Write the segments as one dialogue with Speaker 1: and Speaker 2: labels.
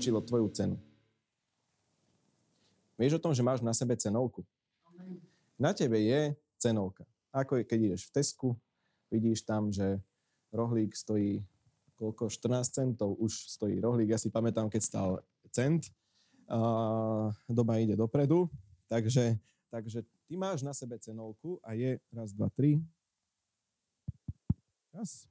Speaker 1: určilo tvoju cenu. Vieš o tom, že máš na sebe cenovku? Na tebe je cenovka. Ako je, keď ideš v Tesku, vidíš tam, že rohlík stojí koľko? 14 centov už stojí rohlík. Ja si pamätám, keď stál cent. Doba ide dopredu. Takže ty máš na sebe cenovku a je raz, dva, tri. Raz.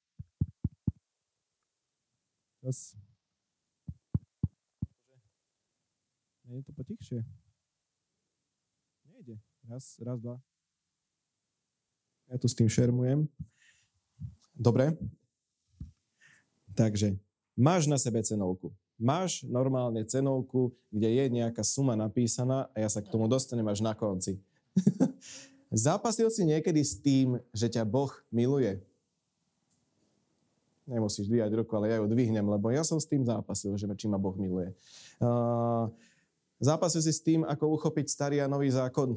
Speaker 1: Nie je to potichšie. Nejde. Raz, dva. Ja tu s tým šermujem. Dobre. Takže máš na sebe cenovku. Máš normálne cenovku, kde je nejaká suma napísaná a ja sa k tomu dostanem až na konci. Zápasil si niekedy s tým, že ťa Boh miluje? Nemusíš dvíjať ruku, ale ja ju dvihnem, lebo ja som s tým zápasil, že či ma Boh miluje. Zápasil si s tým, ako uchopiť starý a nový zákon?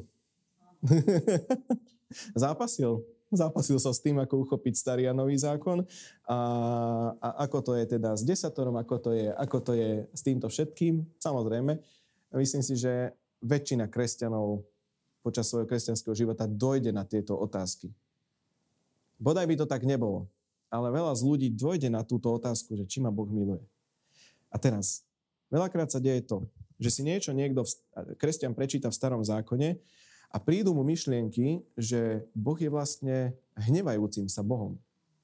Speaker 1: Zápasil som s tým, ako uchopiť starý a nový zákon. A ako to je teda s desatorom, ako to je s týmto všetkým. Samozrejme, myslím si, že väčšina kresťanov počas svojho kresťanského života dojde na tieto otázky. Bodaj by to tak nebolo. Ale veľa z ľudí dojde na túto otázku, že či ma Boh miluje. A teraz, veľakrát sa deje to, že si niekto, kresťan prečíta v starom zákone a prídu mu myšlienky, že Boh je vlastne hnevajúcim sa Bohom.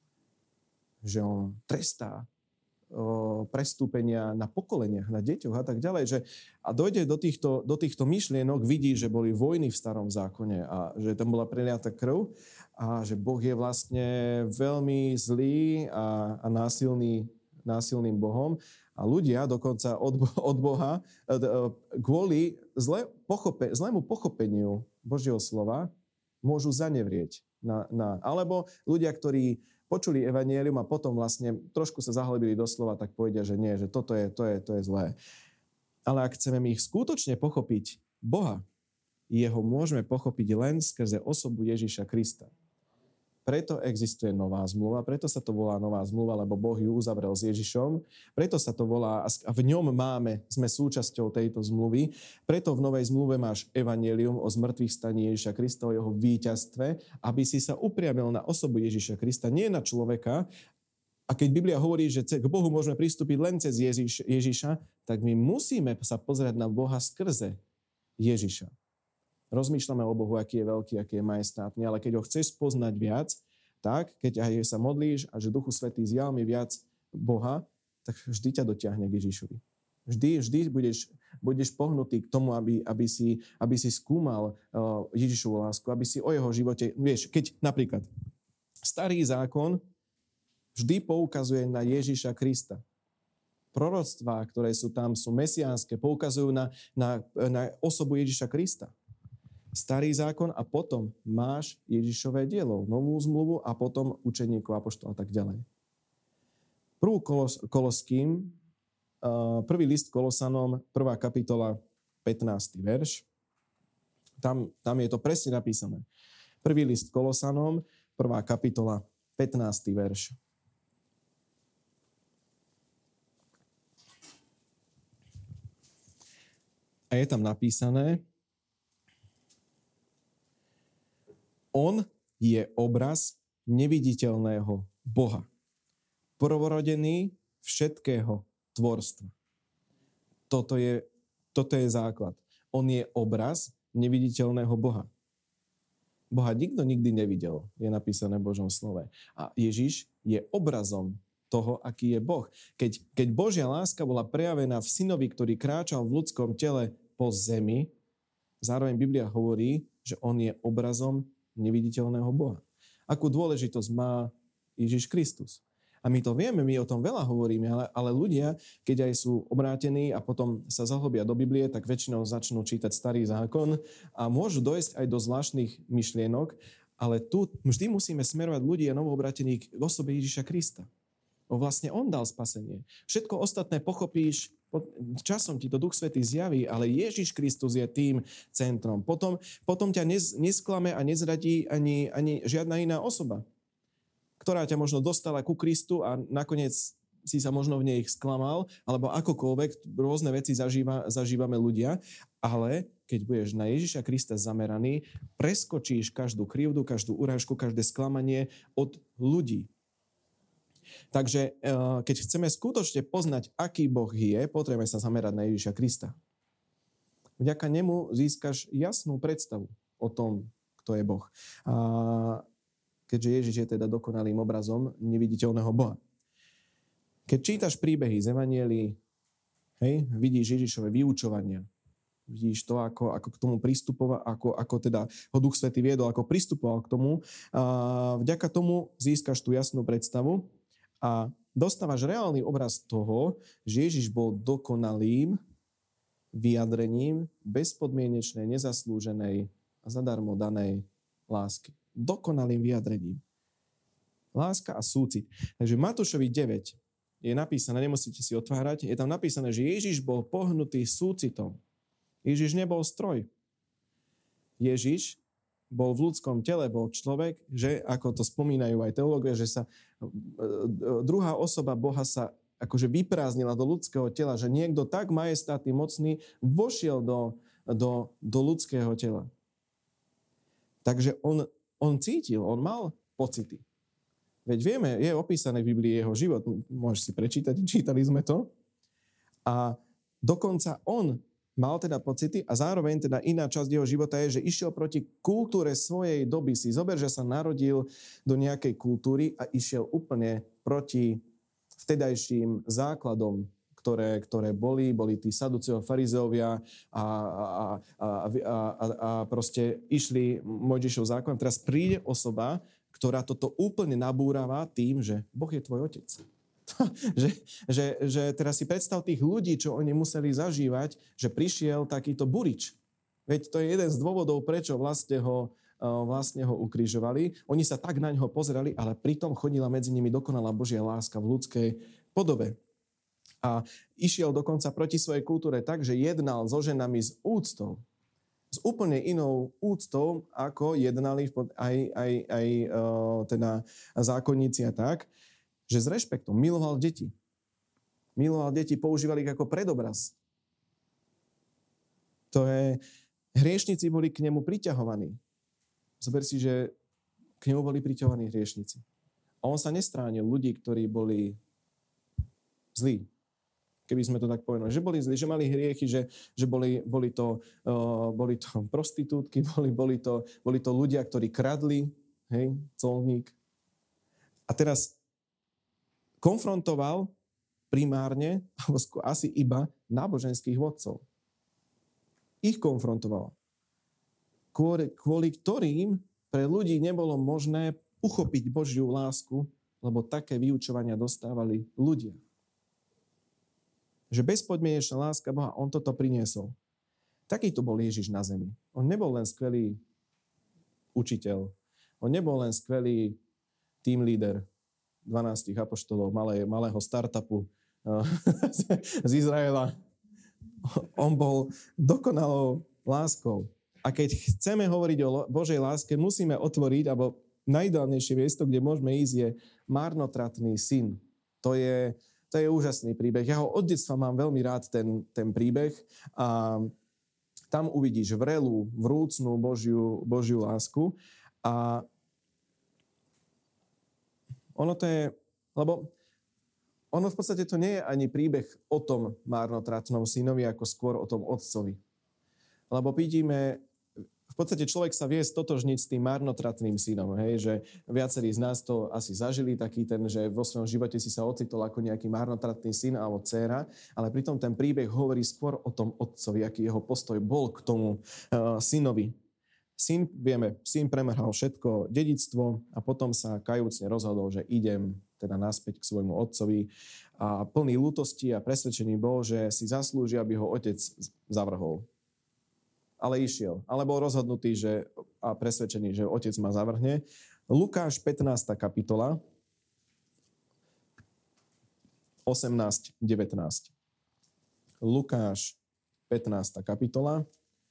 Speaker 1: Že on trestá prestúpenia na pokoleniach, na deťoch a tak ďalej. A dojde do týchto myšlienok, vidí, že boli vojny v starom zákone a že tam bola preliata krv a že Boh je vlastne veľmi zlý a násilným Bohom. A ľudia dokonca od Boha kvôli zlému pochopeniu Božieho slova môžu zanevrieť. Alebo ľudia, ktorí počuli evanjelium a potom vlastne trošku sa zahlebili do slova, tak povedia, že nie, že to je zlé. Ale ak chceme my ich skutočne pochopiť Boha, jeho môžeme pochopiť len skrze osobu Ježiša Krista. Preto existuje nová zmluva, preto sa to volá nová zmluva, lebo Boh ju uzavrel s Ježišom. Preto sa to volá, a v ňom sme súčasťou tejto zmluvy. Preto v novej zmluve máš evanjelium o zmrtvých staní Ježiša Krista, o jeho víťazstve, aby si sa upriamil na osobu Ježiša Krista, nie na človeka. A keď Biblia hovorí, že k Bohu môžeme pristúpiť len cez Ježiša, tak my musíme sa pozerať na Boha skrze Ježiša. Rozmýšľame o Bohu, aký je veľký, aký je majestátny, ale keď ho chceš spoznať viac, tak keď aj sa modlíš a že Duchu Svätý zjav mi viac Boha, tak vždy ťa dotiahne k Ježišovi. Vždy budeš pohnutý k tomu, aby si skúmal Ježišovu lásku, aby si o jeho živote, vieš, keď napríklad starý zákon vždy poukazuje na Ježiša Krista. Proroctvá, ktoré sú tam, sú mesiánske, poukazujú na osobu Ježiša Krista. Starý zákon a potom máš Ježišové dielo, novú zmluvu a potom učeníkov, apoštolov a tak ďalej. Prvý list Kolosanom, 1. kapitola, 15. verš. Tam je to presne napísané. Prvý list Kolosanom, 1. kapitola, 15. verš. A je tam napísané: On je obraz neviditeľného Boha, prvorodený všetkého tvorstva. Toto je základ. On je obraz neviditeľného Boha. Boha nikto nikdy nevidel, je napísané v Božom slove. A Ježiš je obrazom toho, aký je Boh. Keď Božia láska bola prejavená v synovi, ktorý kráčal v ľudskom tele po zemi, zároveň Biblia hovorí, že on je obrazom neviditeľného Boha. Akú dôležitosť má Ježiš Kristus. A my to vieme, my o tom veľa hovoríme, ale ľudia, keď aj sú obrátení a potom sa zahlbia do Biblie, tak väčšinou začnú čítať Starý zákon a môžu dojsť aj do zvláštnych myšlienok, ale tu vždy musíme smerovať ľudí a novoobrátených k osobe Ježiša Krista. Vlastne on dal spasenie. Všetko ostatné pochopíš, časom ti to Duch Svätý zjaví, ale Ježiš Kristus je tým centrom. Potom ťa nesklame a nezradí ani žiadna iná osoba, ktorá ťa možno dostala ku Kristu a nakoniec si sa možno v nej sklamal, alebo akokoľvek, rôzne veci zažívame ľudia, ale keď budeš na Ježiša Krista zameraný, preskočíš každú krivdu, každú urážku, každé sklamanie od ľudí. Takže keď chceme skutočne poznať, aký Boh je, potrebujeme sa zamerať na Ježiša Krista. Vďaka nemu získaš jasnú predstavu o tom, kto je Boh. A keďže Ježiš je teda dokonalým obrazom neviditeľného Boha. Keď čítaš príbehy z Evanielii, vidíš Ježišove vyučovania, vidíš to, ako k tomu pristupoval, ako teda ho Duch Svätý viedol, ako pristupoval k tomu. A vďaka tomu získaš tú jasnú predstavu a dostávaš reálny obraz toho, že Ježiš bol dokonalým vyjadrením bezpodmienečnej, nezaslúženej a zadarmo danej lásky. Dokonalým vyjadrením. Láska a súcit. Takže v Matúšovi 9 je napísané, nemusíte si otvárať, je tam napísané, že Ježiš bol pohnutý súcitom. Ježiš nebol stroj. Ježiš bol v ľudskom tele, bol človek, že, ako to spomínajú aj teológovia, že sa druhá osoba Boha sa akože vyprázdnila do ľudského tela, že niekto tak majestátny, mocný vošiel do ľudského tela. Takže on cítil, on mal pocity. Veď vieme, je opísané v Biblii jeho život. Môžeš si prečítať, čítali sme to. A dokonca on mal teda pocity a zároveň teda iná časť jeho života je, že išiel proti kultúre svojej doby. Si zober, že sa narodil do nejakej kultúry a išiel úplne proti vtedajším základom, ktoré boli tí saduceovia, farizeovia a proste išli Mojžišov zákon. Teraz príde osoba, ktorá toto úplne nabúrava tým, že Boh je tvoj otec. že teraz si predstav tých ľudí, čo oni museli zažívať, že prišiel takýto burič. Veď to je jeden z dôvodov, prečo vlastne ho ukrižovali. Oni sa tak na ňo pozerali, ale pritom chodila medzi nimi dokonalá Božia láska v ľudskej podobe. A išiel dokonca proti svojej kultúre tak, že jednal so ženami s úctou. S úplne inou úctou, ako jednali aj teda zákonníci a tak, že s rešpektom miloval deti. Miloval deti, používali ich ako predobraz. Hriešnici boli k nemu priťahovaní. Zober si, že k nemu boli priťahovaní hriešnici. A on sa nestránil ľudí, ktorí boli zlí. Keby sme to tak povedali, že boli zlí, že mali hriechy, že boli to prostitútky, boli to ľudia, ktorí kradli, colník. A teraz konfrontoval primárne, alebo asi iba náboženských vodcov. Ich konfrontoval. Kvôli ktorým pre ľudí nebolo možné uchopiť Božiu lásku, lebo také vyučovania dostávali ľudia. Že bezpodmienečná láska Boha, on toto priniesol. Takýto bol Ježiš na zemi. On nebol len skvelý učiteľ. On nebol len skvelý team leader 12 apoštolov, malého startupu z Izraela. On bol dokonalou láskou. A keď chceme hovoriť o Božej láske, musíme otvoriť, alebo najideálnejšie miesto, kde môžeme ísť, je marnotratný syn. To je úžasný príbeh. Ja ho od detstva mám veľmi rád, ten príbeh. A tam uvidíš vrelú, vrúcnú Božiu lásku. A ono v podstate to nie je ani príbeh o tom marnotratnom synovi, ako skôr o tom otcovi. Lebo vidíme, v podstate človek sa vie stotožniť s tým marnotratným synom, že viacerí z nás to asi zažili, taký ten, že vo svojom živote si sa ocitol ako nejaký marnotratný syn alebo dcéra, ale pritom ten príbeh hovorí skôr o tom otcovi, aký jeho postoj bol k tomu synovi. Syn premrhal všetko dedičstvo a potom sa kajúcne rozhodol, že idem teda naspäť k svojmu otcovi a plný ľútosti a presvedčený bol, že si zaslúži, aby ho otec zavrhol. Ale išiel. Ale bol rozhodnutý a presvedčený, že otec ma zavrhne. Lukáš 15. kapitola 18-19. Lukáš 15. kapitola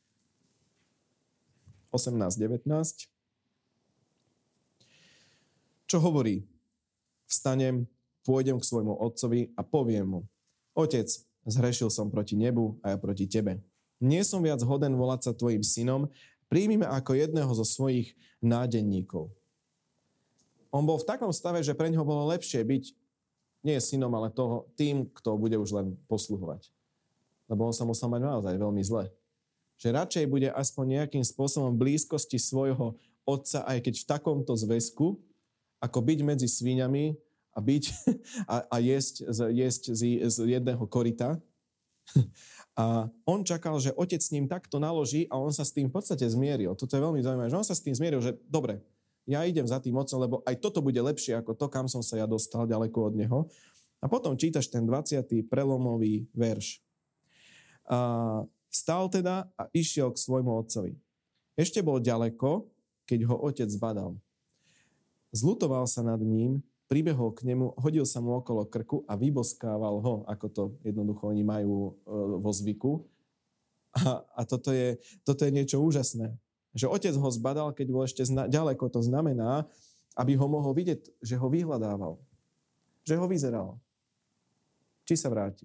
Speaker 1: 18-19. Čo hovorí? Vstanem, pôjdem k svojmu otcovi a poviem mu: Otec, zhrešil som proti nebu a ja proti tebe. Nie som viac hoden volať sa tvojim synom, príjmi ma ako jedného zo svojich nádenníkov. On bol v takom stave, že pre ňoho bolo lepšie byť nie synom, ale tým, kto bude už len posluhovať. Lebo on sa musel mať naozaj veľmi zle. Že radšej bude aspoň nejakým spôsobom v blízkosti svojho otca, aj keď v takomto zväzku, ako byť medzi svíňami a byť a jesť z jedného koryta. A on čakal, že otec s ním takto naloží a on sa s tým v podstate zmieril. Toto je veľmi zaujímavé, že on sa s tým zmieril, že dobre, ja idem za tým otcom, lebo aj toto bude lepšie ako to, kam som sa ja dostal ďaleko od neho. A potom čítaš ten 20. prelomový verš. Vstal teda a išiel k svojmu otcovi. Ešte bol ďaleko, keď ho otec zbadal. Zľutoval sa nad ním, pribehol k nemu, hodil sa mu okolo krku a vyboskával ho, ako to jednoducho oni majú vo zvyku. A toto je niečo úžasné. Že otec ho zbadal, keď bol ešte ďaleko, to znamená, aby ho mohol vidieť, že ho vyhľadával. Že ho vyzeral. Či sa vráti.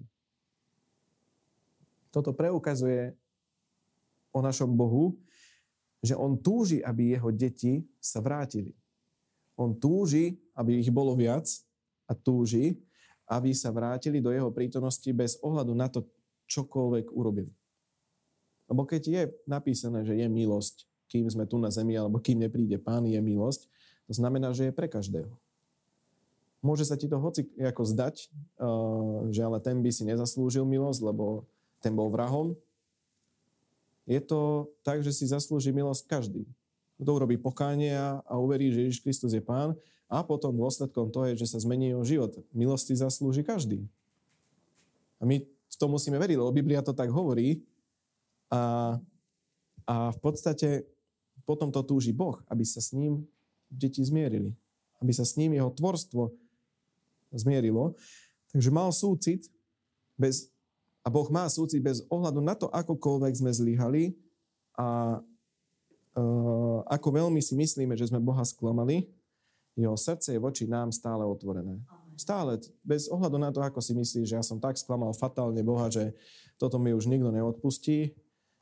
Speaker 1: Toto preukazuje o našom Bohu, že on túži, aby jeho deti sa vrátili. On túži, aby ich bolo viac a túži, aby sa vrátili do jeho prítomnosti bez ohľadu na to, čokoľvek urobili. Lebo keď je napísané, že je milosť, kým sme tu na zemi, alebo kým nepríde Pán, je milosť, to znamená, že je pre každého. Môže sa ti to hoci ako zdať, že ale ten by si nezaslúžil milosť, lebo ten bol vrahom. Je to tak, že si zaslúži milosť každý. Kto urobí pokánie a uverí, že Ježiš Kristus je Pán a potom dôsledkom toho je, že sa zmení jeho život. Milosti zaslúži každý. A my to musíme veriť, lebo Biblia to tak hovorí a v podstate potom to túži Boh, aby sa s ním deti zmierili. Aby sa s ním jeho tvorstvo zmierilo. Takže mal súcit a Boh má súcit bez ohľadu na to, akokoľvek sme zlyhali a ako veľmi si myslíme, že sme Boha sklamali, jeho srdce je voči nám stále otvorené. Stále, bez ohľadu na to, ako si myslíš, že ja som tak sklamal fatálne Boha, že toto mi už nikto neodpustí.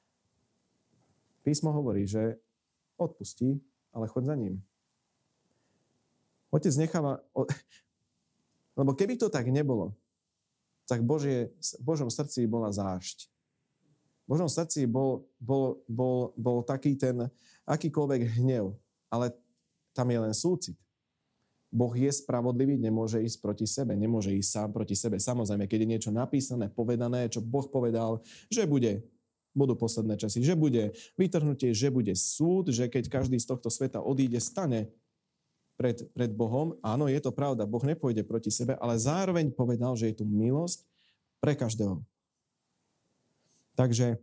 Speaker 1: Písmo hovorí, že odpustí, ale choď za ním. Otec necháva... Lebo keby to tak nebolo, tak v Božom srdci bola zášť. V Božom srdci bol taký ten akýkoľvek hnev, ale tam je len súcit. Boh je spravodlivý, nemôže ísť proti sebe, nemôže ísť sám proti sebe. Samozrejme, keď je niečo napísané, povedané, čo Boh povedal, že budú posledné časy, že bude vytrhnutie, že bude súd, že keď každý z tohto sveta odíde, stane pred Bohom. Áno, je to pravda, Boh nepôjde proti sebe, ale zároveň povedal, že je tu milosť pre každého. Takže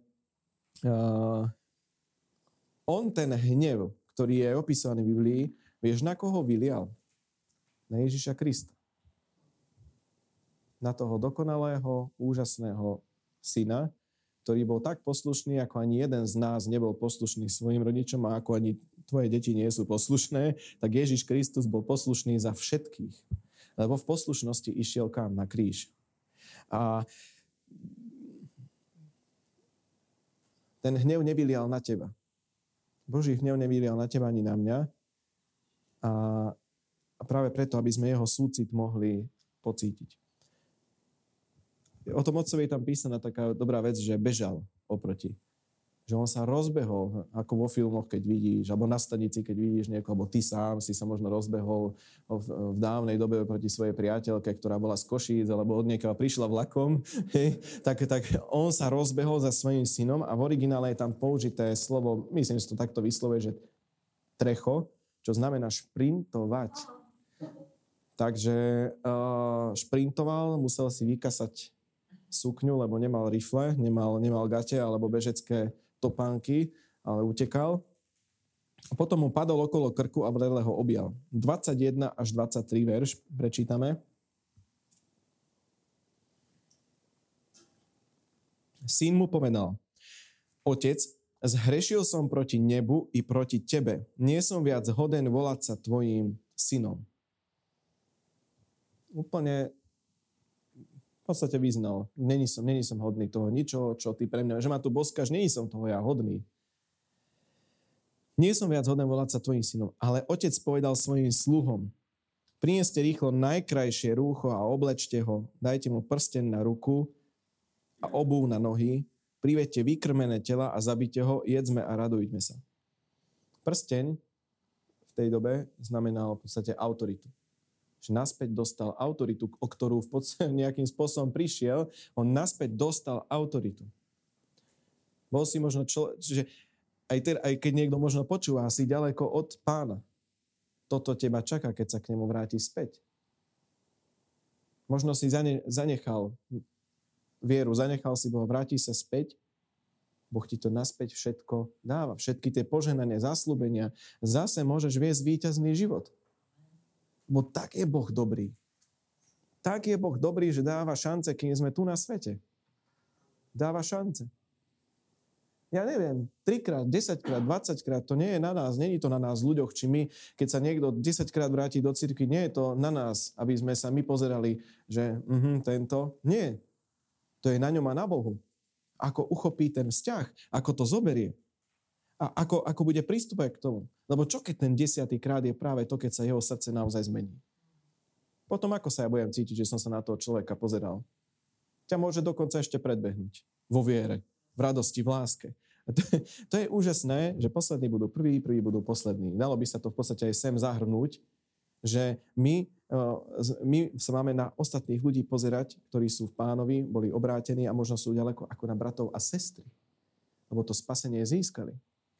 Speaker 1: on ten hnev, ktorý je opísaný v Biblii, vieš, na koho vylial? Na Ježiša Krista. Na toho dokonalého, úžasného syna, ktorý bol tak poslušný, ako ani jeden z nás nebol poslušný svojim rodičom a ako ani tvoje deti nie sú poslušné, tak Ježiš Kristus bol poslušný za všetkých. Lebo v poslušnosti išiel kam? Na kríž. A ten hnev nevylial na teba. Boží hnev nevylial na teba ani na mňa. A práve preto, aby sme jeho súcit mohli pocítiť. O tom otcovi je tam písaná taká dobrá vec, že bežal oproti. Že on sa rozbehol, ako vo filmoch, keď vidíš, alebo na stanici, keď vidíš niekoho, alebo ty sám si sa možno rozbehol v dávnej dobe proti svojej priateľke, ktorá bola z Košíc, alebo od niekoho prišla vlakom, tak on sa rozbehol za svojím synom a v originále je tam použité slovo, myslím, že to takto vyslovuje, že trecho, čo znamená šprintovať. Takže šprintoval, musel si vykasať sukňu, lebo nemal rifle, nemal gate alebo bežecké topánky, ale utekal. A potom mu padol okolo krku a vrele ho objal. 21 až 23 verš prečítame. Syn mu povedal: Otec, zhrešil som proti nebu i proti tebe. Nie som viac hoden volať sa tvojím synom. úplne v podstate vyznal. Není som hodný toho ničoho, čo ty pre mňa, že ma tu boskáš, není som toho ja hodný. Nie som viac hodný volať sa tvojim synom, ale otec povedal svojim sluhom, prineste rýchlo najkrajšie rúcho a oblečte ho, dajte mu prsteň na ruku a obuv na nohy, privedte vykrmené tela a zabite ho, jedzme a radujme sa. Prsteň v tej dobe znamenal v podstate autoritu. Že naspäť dostal autoritu, o ktorú v podstate nejakým spôsobom prišiel, on naspäť dostal autoritu. Bol si možno že aj keď niekto možno počúva, si ďaleko od Pána. Toto teba čaká, keď sa k nemu vráti späť. Možno si zanechal vieru, zanechal si Boha, vráti sa späť, Boh ti to naspäť všetko dáva. Všetky tie požehnania, zasľúbenia, zase môžeš viesť víťazný život. Bo tak je Boh dobrý. Tak je Boh dobrý, že dáva šance, kým sme tu na svete. Dáva šance. Ja neviem, 3-krát, 10-krát, 20-krát, to nie je na nás, nie je to na nás ľuďoch, či my, keď sa niekto 10-krát vráti do cirkvi, nie je to na nás, aby sme sa my pozerali, že tento, nie. To je na ňom a na Bohu. Ako uchopí ten vzťah, ako to zoberie. A ako bude pristúpať k tomu. Lebo čo keď ten 10. krát je práve to, keď sa jeho srdce naozaj zmení? Potom ako sa ja budem cítiť, že som sa na toho človeka pozeral? Ťa môže dokonca ešte predbehnúť. Vo viere, v radosti, v láske. A to je úžasné, že poslední budú prví budú poslední. Dalo by sa to v podstate aj sem zahrnúť, že my sa máme na ostatných ľudí pozerať, ktorí sú v Pánovi, boli obrátení a možno sú ďaleko ako na bratov a sestry. Lebo to spasenie získali.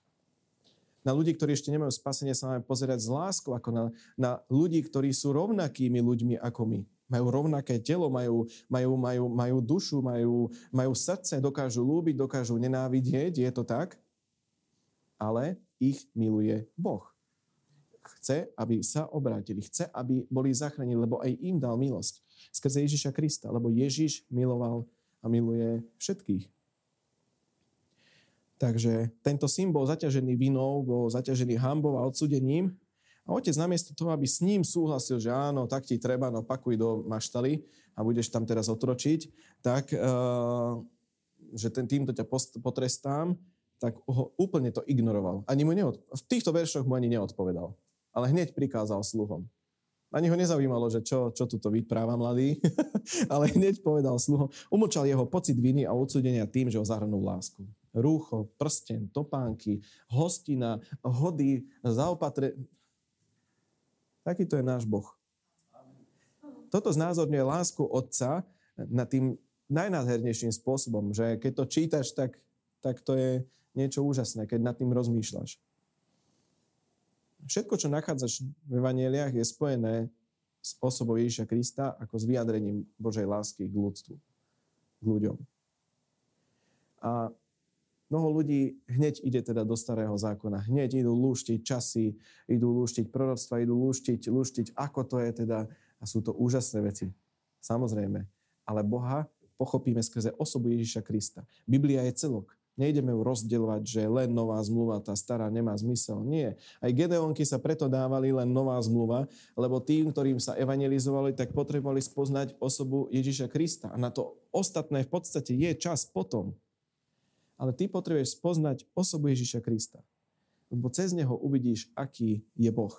Speaker 1: Na ľudí, ktorí ešte nemajú spasenie, sa máme pozerať s láskou, ako na ľudí, ktorí sú rovnakými ľuďmi ako my. Majú rovnaké telo, majú dušu, majú srdce, dokážu ľúbiť, dokážu nenávidieť, je to tak? Ale ich miluje Boh. Chce, aby sa obrátili, chce, aby boli zachránení, lebo aj im dal milosť. Skrze Ježiša Krista, lebo Ježiš miloval a miluje všetkých. Takže tento syn bol zaťažený vinou, bol zaťažený hanbou a odsúdením. A otec namiesto toho, aby s ním súhlasil, že áno, tak ti treba, no pakuj do maštaly a budeš tam teraz otročiť, tak, že týmto ťa potrestám, tak ho úplne to ignoroval. V týchto veršoch mu ani neodpovedal, ale hneď prikázal sluhom. Ani ho nezaujímalo, že čo tuto vypráva mladý, ale hneď povedal sluhom. Umlčal jeho pocit viny a odsúdenia tým, že ho zahrnul lásku. Rúcho, prsteň, topánky, hostina, hody, Takýto je náš Boh. Toto znázorňuje lásku Otca na tým najnádhernejším spôsobom, že keď to čítaš, tak to je niečo úžasné, keď nad tým rozmýšľaš. Všetko, čo nachádzaš v evanjeliách, je spojené s osobou Ježiša Krista ako s vyjadrením Božej lásky k ľudstvu, k ľuďom. A mnoho ľudí hneď ide teda do starého zákona. Hneď idú lúštiť časy, idú lúštiť proroctva, idú lúštiť, ako to je teda. A sú to úžasné veci. Samozrejme. Ale Boha pochopíme skrze osobu Ježiša Krista. Biblia je celok. Nejdeme ju rozdeľovať, že len nová zmluva, tá stará nemá zmysel. Nie. Aj Gedeonky sa preto dávali len nová zmluva, lebo tým, ktorým sa evangelizovali, tak potrebovali spoznať osobu Ježiša Krista. A na to ostatné v podstate je čas potom. Ale ty potrebuješ spoznať osobu Ježiša Krista. Lebo cez neho uvidíš, aký je Boh.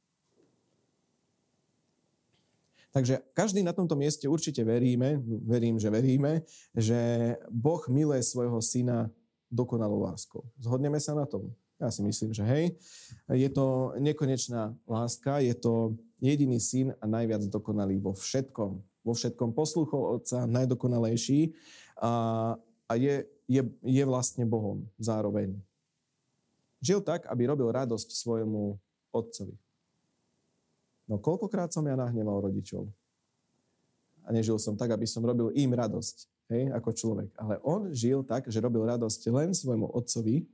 Speaker 1: Takže každý na tomto mieste určite veríme, že Boh miluje svojho syna dokonalou láskou. Zhodneme sa na tom? Ja si myslím, že hej. Je to nekonečná láska, je to jediný syn a najviac dokonalý vo všetkom. Vo všetkom poslúchol Otca, najdokonalejší a je vlastne Bohom zároveň. Žil tak, aby robil radosť svojmu otcovi. No koľkokrát som ja nahneval rodičov? A nežil som tak, aby som robil im radosť, hej, ako človek. Ale on žil tak, že robil radosť len svojmu otcovi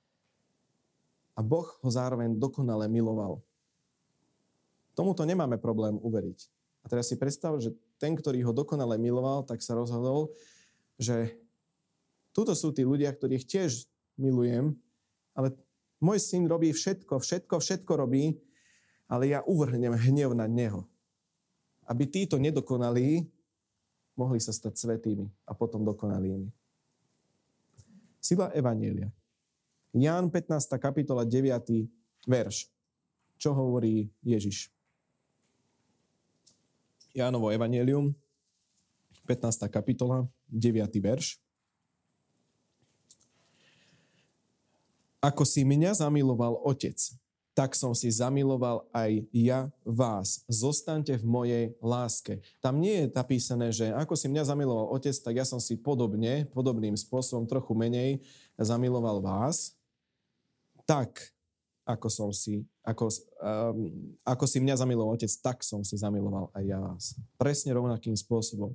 Speaker 1: a Boh ho zároveň dokonale miloval. Tomuto nemáme problém uveriť. A teraz si predstav, že ten, ktorý ho dokonale miloval, tak sa rozhodol, že tuto sú tí ľudia, ktorých tiež milujem, ale môj syn robí všetko robí, ale ja uvrhnem hnev na neho. aby títo nedokonalí mohli sa stať svätými a potom dokonalými. Sila evanjelia. Ján 15. kapitola 9. verš. Čo hovorí Ježiš? Jánovo evanjelium, 15. kapitola, 9. verš. Ako si mňa zamiloval Otec, tak som si zamiloval aj ja vás. Zostaňte v mojej láske. Tam nie je napísané, že ako si mňa zamiloval Otec, tak ja som si podobným spôsobom, trochu menej zamiloval vás. Tak, ako si mňa zamiloval Otec, tak som si zamiloval aj ja vás. Presne rovnakým spôsobom.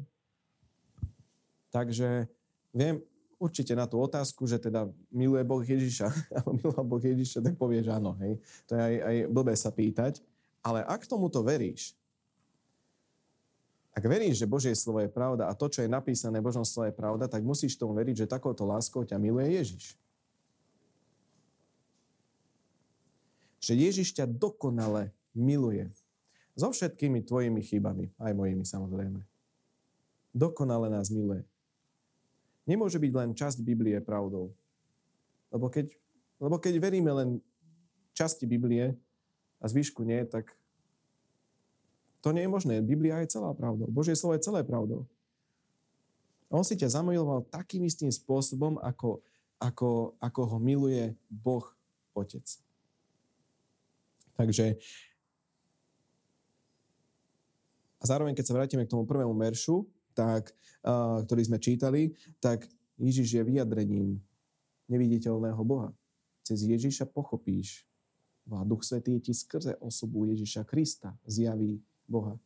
Speaker 1: Takže viem určite na tú otázku, že teda miluje Boh Ježiša, alebo miloval Boh Ježiša, tak povieš áno, hej. To je aj blbé sa pýtať. Ale ak tomuto veríš, ak veríš, že Božie slovo je pravda a to, čo je napísané v Božom slove je pravda, tak musíš tomu veriť, že takouto láskou ťa miluje Ježiš. Že Ježiš ťa dokonale miluje. So všetkými tvojimi chybami, aj mojimi samozrejme. Dokonale nás miluje. Nemôže byť len časť Biblie pravdou. Lebo keď veríme len časti Biblie a zvyšku nie, tak to nie je možné. Biblia je celá pravdou. Božie slovo je celé pravdou. On si ťa zamiloval takým istým spôsobom, ako ho miluje Boh Otec. Takže a zároveň, keď sa vrátime k tomu prvému veršu, ktorý sme čítali, tak Ježiš je vyjadrením neviditeľného Boha. Cez Ježiša pochopíš Boha. Duch Svätý ti skrze osobu Ježiša Krista zjaví Boha.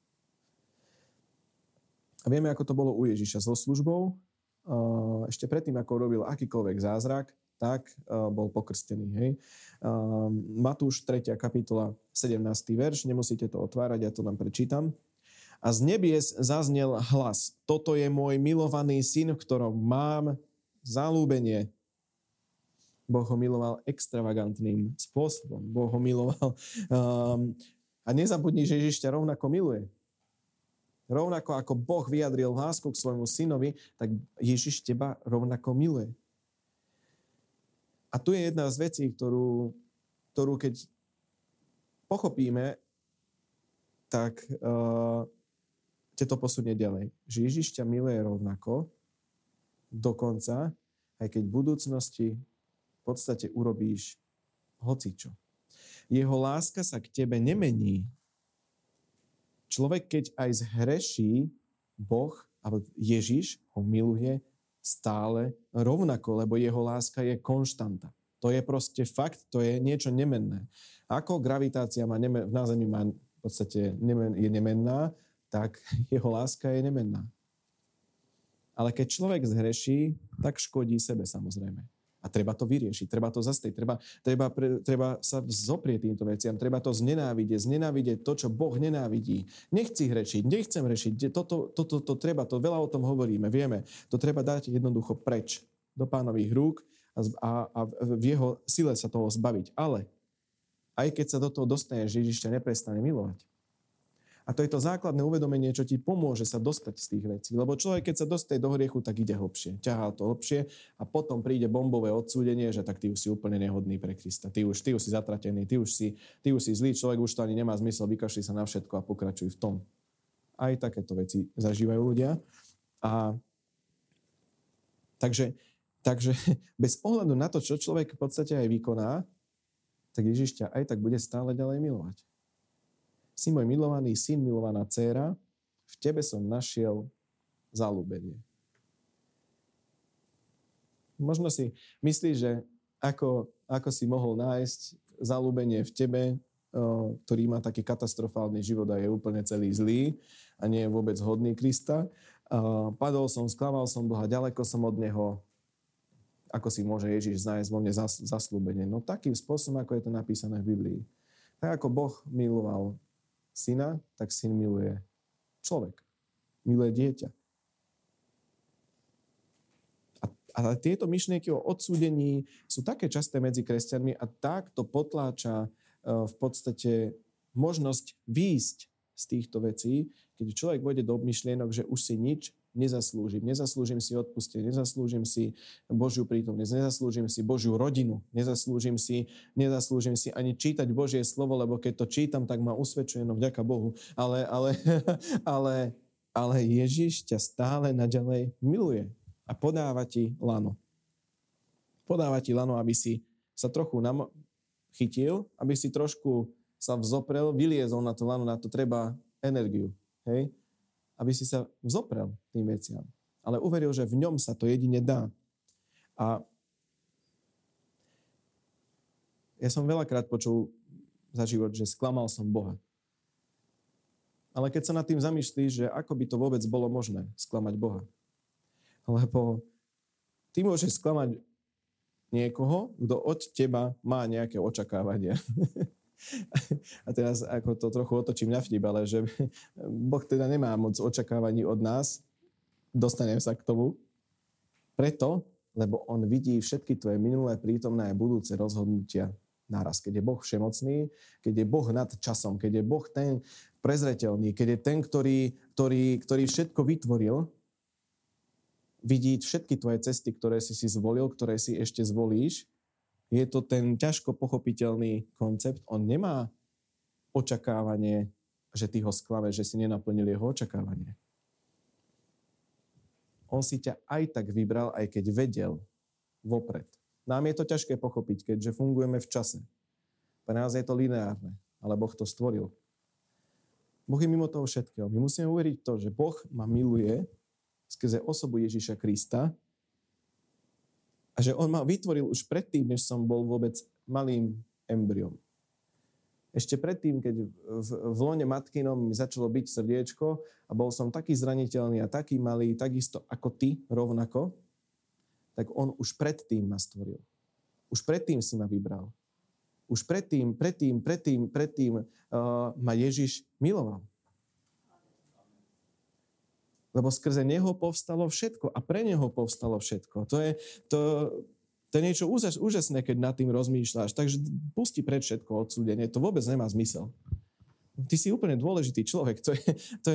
Speaker 1: A vieme, ako to bolo u Ježiša so službou. Ešte predtým, ako robil akýkoľvek zázrak, tak bol pokrstený. Hej. Matúš 3. kapitola 17. verš, nemusíte to otvárať, ja to nám prečítam. A z nebies zaznel hlas. Toto je môj milovaný syn, v ktorom mám zalúbenie. Boh ho miloval extravagantným spôsobom. Boh ho miloval. A nezabudni, že Ježiš ťa rovnako miluje. Rovnako ako Boh vyjadril lásku k svojmu synovi, tak Ježiš teba rovnako miluje. A tu je jedna z vecí, ktorú keď pochopíme, tak ťa to posunie ďalej. Že Ježiš ťa miluje rovnako, dokonca, aj keď v budúcnosti v podstate urobíš hocičo. Jeho láska sa k tebe nemení. Človek, keď aj zhreší, Boh, alebo Ježiš ho miluje stále rovnako, lebo jeho láska je konštanta. To je proste fakt, to je niečo nemenné. Ako gravitácia na Zemi v podstate je nemenná, tak jeho láska je nemenná. Ale keď človek zhreší, tak škodí sebe samozrejme. A treba to vyriešiť, treba to zastaviť, treba sa zoprieť týmto veciam, treba to znenávidieť to, čo Boh nenávidí. Nechci hrešiť, nechcem hrešiť, toto treba, to veľa o tom hovoríme, vieme, to treba dať jednoducho preč do Pánových rúk a v jeho sile sa toho zbaviť. Ale aj keď sa do toho dostaneš, Ježiš ťa neprestane milovať. A to je to základné uvedomenie, čo ti pomôže sa dostať z tých vecí. Lebo človek, keď sa dostane do hriechu, tak ide hlbšie. Ťahá to hlbšie a potom príde bombové odsúdenie, že tak ty už si úplne nehodný pre Krista. Ty už si zatratený, ty už si zlý človek, už to ani nemá zmysel, vykašli sa na všetko a pokračuj v tom. Aj takéto veci zažívajú ľudia. Takže bez ohľadu na to, čo človek v podstate aj vykoná, tak Ježiš ťa aj tak bude stále ďalej milovať. Si môj milovaný syn, milovaná dcéra, v tebe som našiel zalúbenie. Možno si myslíš, že ako si mohol nájsť zalúbenie v tebe, ktorý má taký katastrofálny život a je úplne celý zlý a nie je vôbec hodný Krista. Padol som, sklamal som Boha, ďaleko som od Neho. Ako si môže Ježiš nájsť vo mne zasľúbenie? No takým spôsobom, ako je to napísané v Biblii. Tak ako Boh miloval syna, tak syn miluje človek. Miluje dieťa. A tieto myšlienky o odsúdení sú také časté medzi kresťanmi a tak to potláča v podstate možnosť výjsť z týchto vecí, keď človek vôjde do myšlienok, že už si nič nezaslúžim. Nezaslúžim si odpustenie, nezaslúžim si Božiu prítomnosť, nezaslúžim si Božiu rodinu, nezaslúžim si ani čítať Božie slovo, lebo keď to čítam, tak ma usvedčuje, no vďaka Bohu. Ale Ježiš ťa stále naďalej miluje a podáva ti lano. Podáva ti lano, aby si sa trochu chytil, aby si trošku sa vzoprel, vyliezol na to lano, na to treba energiu, hej? Aby si sa vzoprel tým veciam. Ale uveril, že v ňom sa to jedine dá. A ja som veľakrát počul za život, že sklamal som Boha. Ale keď sa nad tým zamýšľíš, že ako by to vôbec bolo možné sklamať Boha. Lebo ty môžeš sklamať niekoho, kto od teba má nejaké očakávania. A teraz ako to trochu otočím na vtip, ale že Boh teda nemá moc očakávaní od nás. Dostanem sa k tomu. Preto, lebo on vidí všetky tvoje minulé, prítomné a budúce rozhodnutia naraz. Keď je Boh všemocný, keď je Boh nad časom, keď je Boh ten prezreteľný, keď je ten, ktorý všetko vytvoril, vidí všetky tvoje cesty, ktoré si zvolil, ktoré si ešte zvolíš. Je to ten ťažko pochopiteľný koncept. On nemá očakávanie, že ty ho sklameš, že si nenaplnil jeho očakávanie. On si ťa aj tak vybral, aj keď vedel vopred. Nám je to ťažké pochopiť, keďže fungujeme v čase. Pre nás je to lineárne, ale Boh to stvoril. Boh je mimo toho všetkého. My musíme uveriť to, že Boh ma miluje skrze osobu Ježiša Krista a že on ma vytvoril už predtým, než som bol vôbec malým embryom. Ešte predtým, keď v lone matkinom mi začalo byť srdiečko a bol som taký zraniteľný a taký malý, takisto ako ty rovnako, tak on už predtým ma stvoril. Už predtým si ma vybral. Už predtým ma Ježiš miloval. Lebo skrze neho povstalo všetko a pre neho povstalo všetko. To je niečo úžasné, keď nad tým rozmýšľaš. Takže pusti pred všetko odsúdenie. To vôbec nemá zmysel. Ty si úplne dôležitý človek. To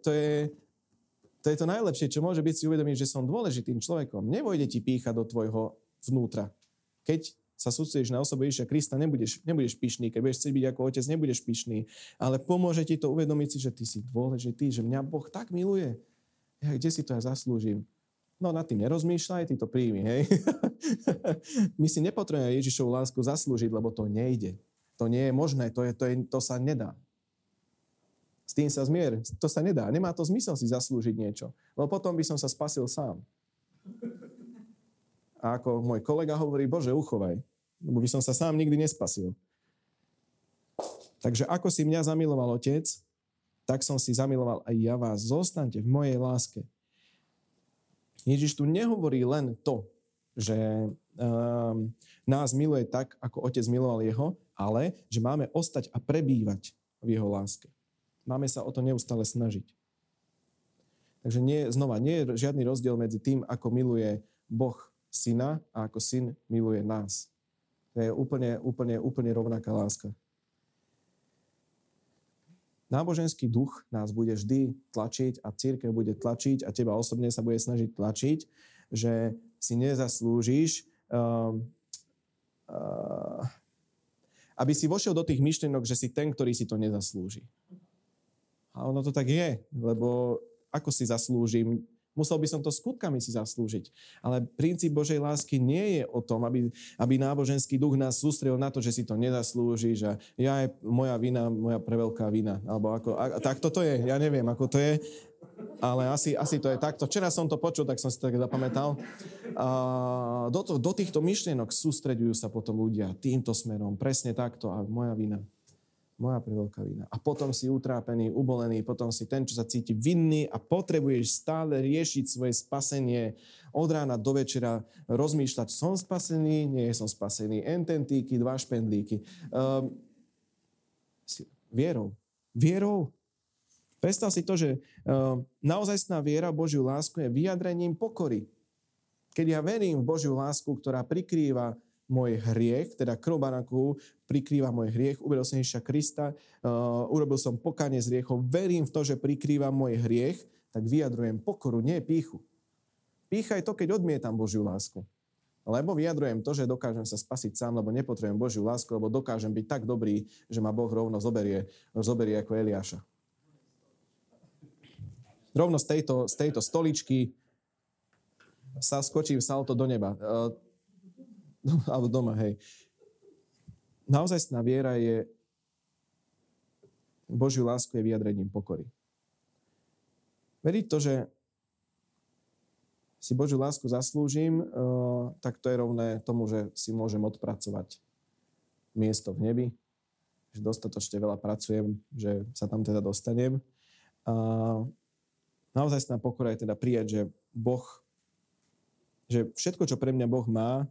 Speaker 1: je to najlepšie, čo môže byť si uvedomiť, že som dôležitým človekom. Nevojde ti pýcha do tvojho vnútra. Keď sa sústredíš na osobu Ježiša Krista, nebudeš pyšný. Keď budeš chcieť byť ako otec, nebudeš pyšný. Ale pomôže ti to uvedomiť si, že ty si dôležitý, že mňa Boh tak miluje. Kde si to ja zaslúžim? No nad tým nerozmýšľaj, ty to príjmi, hej? My si nepotrebujeme Ježišovu lásku zaslúžiť, lebo to nejde. To nie je možné, to sa nedá. S tým sa zmier, to sa nedá. Nemá to zmysel si zaslúžiť niečo. Lebo potom by som sa spasil sám. A ako môj kolega hovorí, Bože, uchovaj. Lebo by som sa sám nikdy nespasil. Takže ako si mňa zamiloval Otec, tak som si zamiloval aj ja vás. Zostaňte v mojej láske. Ježiš tu nehovorí len to, že nás miluje tak, ako Otec miloval jeho, ale že máme ostať a prebývať v jeho láske. Máme sa o to neustále snažiť. Takže nie je žiadny rozdiel medzi tým, ako miluje Boh syna a ako syn miluje nás. To je úplne rovnaká láska. Náboženský duch nás bude vždy tlačiť a cirkev bude tlačiť a teba osobne sa bude snažiť tlačiť, že si nezaslúžiš, aby si vošiel do tých myšlienok, že si ten, ktorý si to nezaslúži. A ono to tak je, lebo ako si zaslúžim? Musel by som to skutkami si zaslúžiť. Ale princíp Božej lásky nie je o tom, aby náboženský duch nás sústredil na to, že si to nezaslúžiš a je moja vina, moja preveľká vina. Alebo tak toto je. Ja neviem, ako to je, ale asi to je takto. Včera som to počul, tak som si to tak zapamätal. Do týchto myšlienok sústreďujú sa potom ľudia týmto smerom. Presne takto. A moja vina. Moja preveľká vina. A potom si utrápený, ubolený, potom si ten, čo sa cíti vinný a potrebuješ stále riešiť svoje spasenie od rána do večera, rozmýšľať, som spasený, nie som spasený, ententíky, 2 špendlíky. Vierou. Predstav si to, že naozajstná viera v Božiu lásku je vyjadrením pokory. Keď ja verím v Božiu lásku, ktorá prikrýva môj hriech, teda krv baránkovú prikrýva môj hriech, uveril som Ježiša Krista, urobil som pokánie z hriechov, verím v to, že prikrýva môj hriech, tak vyjadrujem pokoru, nie pýchu. Pýcha je to, keď odmietam Božiu lásku. Lebo vyjadrujem to, že dokážem sa spasiť sám, lebo nepotrebujem Božiu lásku, lebo dokážem byť tak dobrý, že ma Boh rovno zoberie ako Eliáša. Rovno z tejto stoličky sa skočím salto do neba. Alebo doma, hej. Naozajstná viera je Božiu lásku je vyjadrením pokory. Veriť to, že si Božiu lásku zaslúžim, tak to je rovné tomu, že si môžem odpracovať miesto v nebi, že dostatočne veľa pracujem, že sa tam teda dostanem. Naozajstná pokora je teda prijať, že Boh, že všetko, čo pre mňa Boh má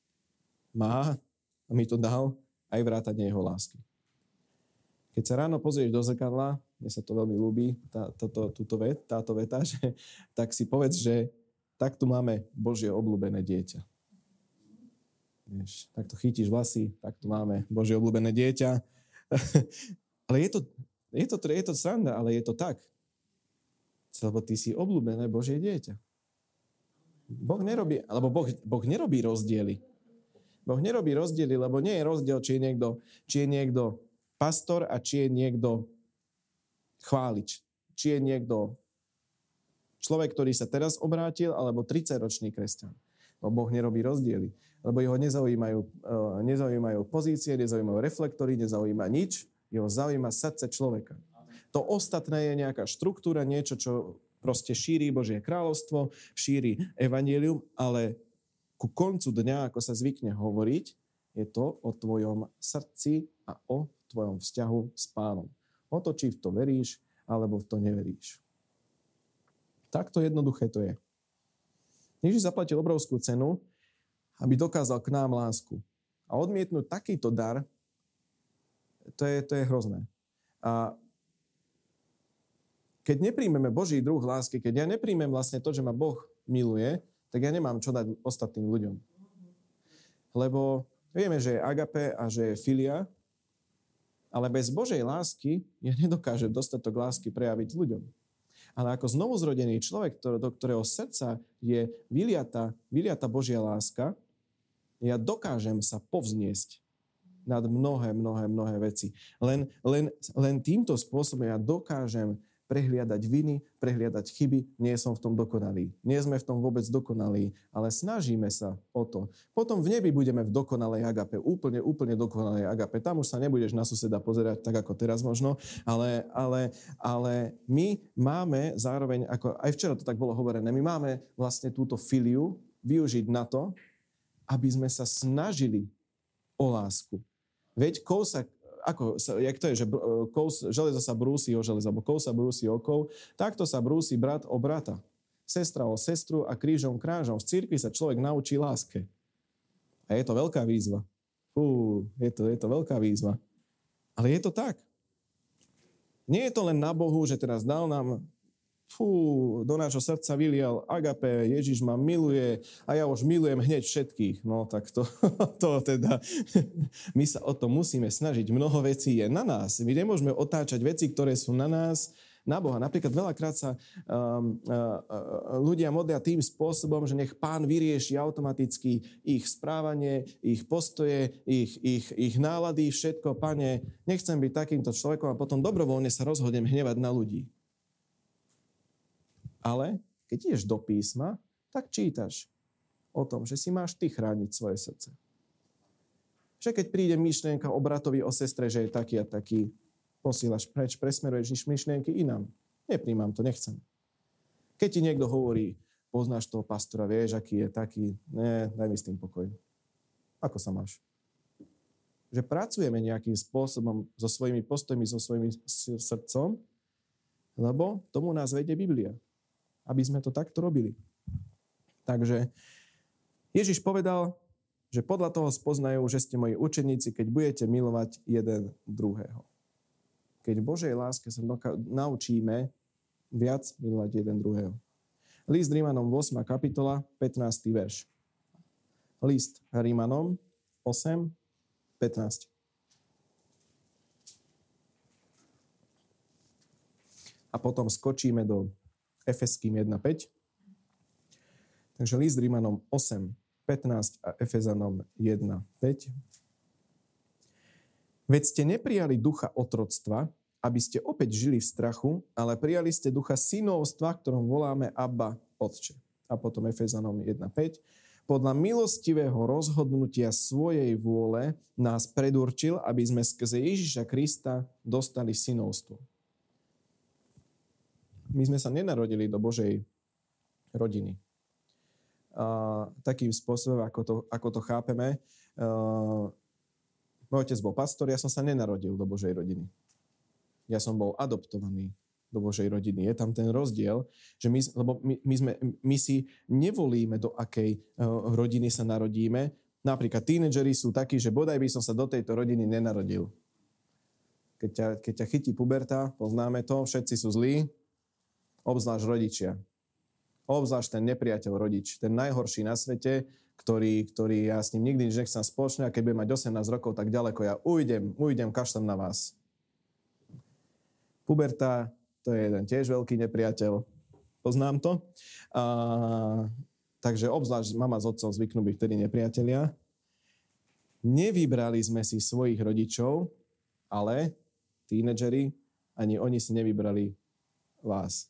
Speaker 1: a mi to dal, aj vrátane jeho lásky. Keď sa ráno pozrieš do zrkadla, mne sa to veľmi ľúbi, táto veta, že, tak si povedz, že tak tu máme Božie obľúbené dieťa. Vieš, tak to chytíš vlasy, tak tu máme Božie obľúbené dieťa. Ale je to sranda, ale je to tak. Lebo ty si obľúbené Božie dieťa. Boh nerobí rozdiely. Boh nerobí rozdiely, lebo nie je rozdiel, či je niekto pastor a či je niekto chválič. Či je niekto človek, ktorý sa teraz obrátil, alebo 30-ročný kresťan. Lebo Boh nerobí rozdiely. Lebo jeho nezaujímajú pozície, nezaujímajú reflektory, nezaujíma nič. Jeho zaujíma srdce človeka. To ostatné je nejaká štruktúra, niečo, čo proste šíri Božie kráľovstvo, šíri evanjelium, ale ku koncu dňa, ako sa zvykne hovoriť, je to o tvojom srdci a o tvojom vzťahu s Pánom. O to, či v to veríš, alebo v to neveríš. Takto jednoduché to je. Ježiš zaplatil obrovskú cenu, aby dokázal k nám lásku. A odmietnúť takýto dar, to je hrozné. A keď nepríjmeme Boží druh lásky, keď ja nepríjmem vlastne to, že ma Boh miluje, tak ja nemám čo dať ostatným ľuďom. Lebo vieme, že je agape a že je filia, ale bez Božej lásky ja nedokážem dostatok lásky prejaviť ľuďom. Ale ako znovuzrodený človek, do ktorého srdca je vyliata Božia láska, ja dokážem sa povzniesť nad mnohé veci. Len týmto spôsobom ja dokážem prehliadať viny, prehliadať chyby. Nie som v tom dokonalý. Nie sme v tom vôbec dokonalí, ale snažíme sa o to. Potom v nebi budeme v dokonalej agape, úplne dokonalej agape. Tam už sa nebudeš na suseda pozerať tak ako teraz možno, ale my máme zároveň, ako aj včera to tak bolo hovorené, my máme vlastne túto filiu využiť na to, aby sme sa snažili o lásku. Veď jak to je, že železo sa brúsi o železo, alebo kov sa brúsi o kov, takto sa brúsi brat o brata. Sestra o sestru a krížom krážom. V cirkvi sa človek naučí láske. A je to veľká výzva. Je to veľká výzva. Ale je to tak. Nie je to len na Bohu, že teraz dal nám do nášho srdca vylial agape, Ježiš ma miluje a ja už milujem hneď všetkých. No tak to teda, my sa o to musíme snažiť. Mnoho vecí je na nás. My nemôžeme otáčať veci, ktoré sú na nás, na Boha. Napríklad veľakrát sa ľudia modlia tým spôsobom, že nech Pán vyrieši automaticky ich správanie, ich postoje, ich nálady, všetko. Pane, nechcem byť takýmto človekom a potom dobrovoľne sa rozhodnem hnevať na ľudí. Ale keď ideš do písma, tak čítaš o tom, že si máš ty chrániť svoje srdce. Že keď príde myšlienka o bratovi, o sestre, že je taký a taký, posílaš preč, presmeruješ myšlienky inám. Nepríjmam to, nechcem. Keď ti niekto hovorí, poznáš toho pastora, vieš, aký je taký, daj mi s tým pokoj. Ako sa máš? Že pracujeme nejakým spôsobom so svojimi postojmi, so svojím srdcom, lebo tomu nás vedie Biblia. Aby sme to takto robili. Takže Ježiš povedal, že podľa toho spoznajú, že ste moji učeníci, keď budete milovať jeden druhého. Keď v Božej láske sa naučíme viac milovať jeden druhého. List Rímanom 8. kapitola, 15. verš. List Rímanom 8, 15. A potom skočíme do Efeským 1.5. Takže list Rímanom 8.15 a Efezanom 1.5. Veď ste neprijali ducha otroctva, aby ste opäť žili v strachu, ale prijali ste ducha synovstva, ktorom voláme Abba, Otče. A potom Efezanom 1.5. Podľa milostivého rozhodnutia svojej vôle nás predurčil, aby sme skrze Ježiša Krista dostali synovstvo. My sme sa nenarodili do Božej rodiny. Takým spôsobom, ako to chápeme. Môj otec bol pastor, ja som sa nenarodil do Božej rodiny. Ja som bol adoptovaný do Božej rodiny. Je tam ten rozdiel, že my si nevolíme, do akej rodiny sa narodíme. Napríklad tínedžeri sú takí, že bodaj by som sa do tejto rodiny nenarodil. Keď ťa chytí puberta, poznáme to, všetci sú zlí, obzvlášť rodičia. Obzvlášť ten nepriateľ rodič, ten najhorší na svete, ktorý ja s ním nikdy nič nechcem spoločné, a keď budem mať 18 rokov, tak ďaleko ja ujdem, kašlem na vás. Puberta, to je jeden tiež veľký nepriateľ. Poznám to. Takže obzvlášť mama s otcom zvyknú byť vtedy nepriatelia. Nevybrali sme si svojich rodičov, ale tínedžeri, ani oni si nevybrali vás.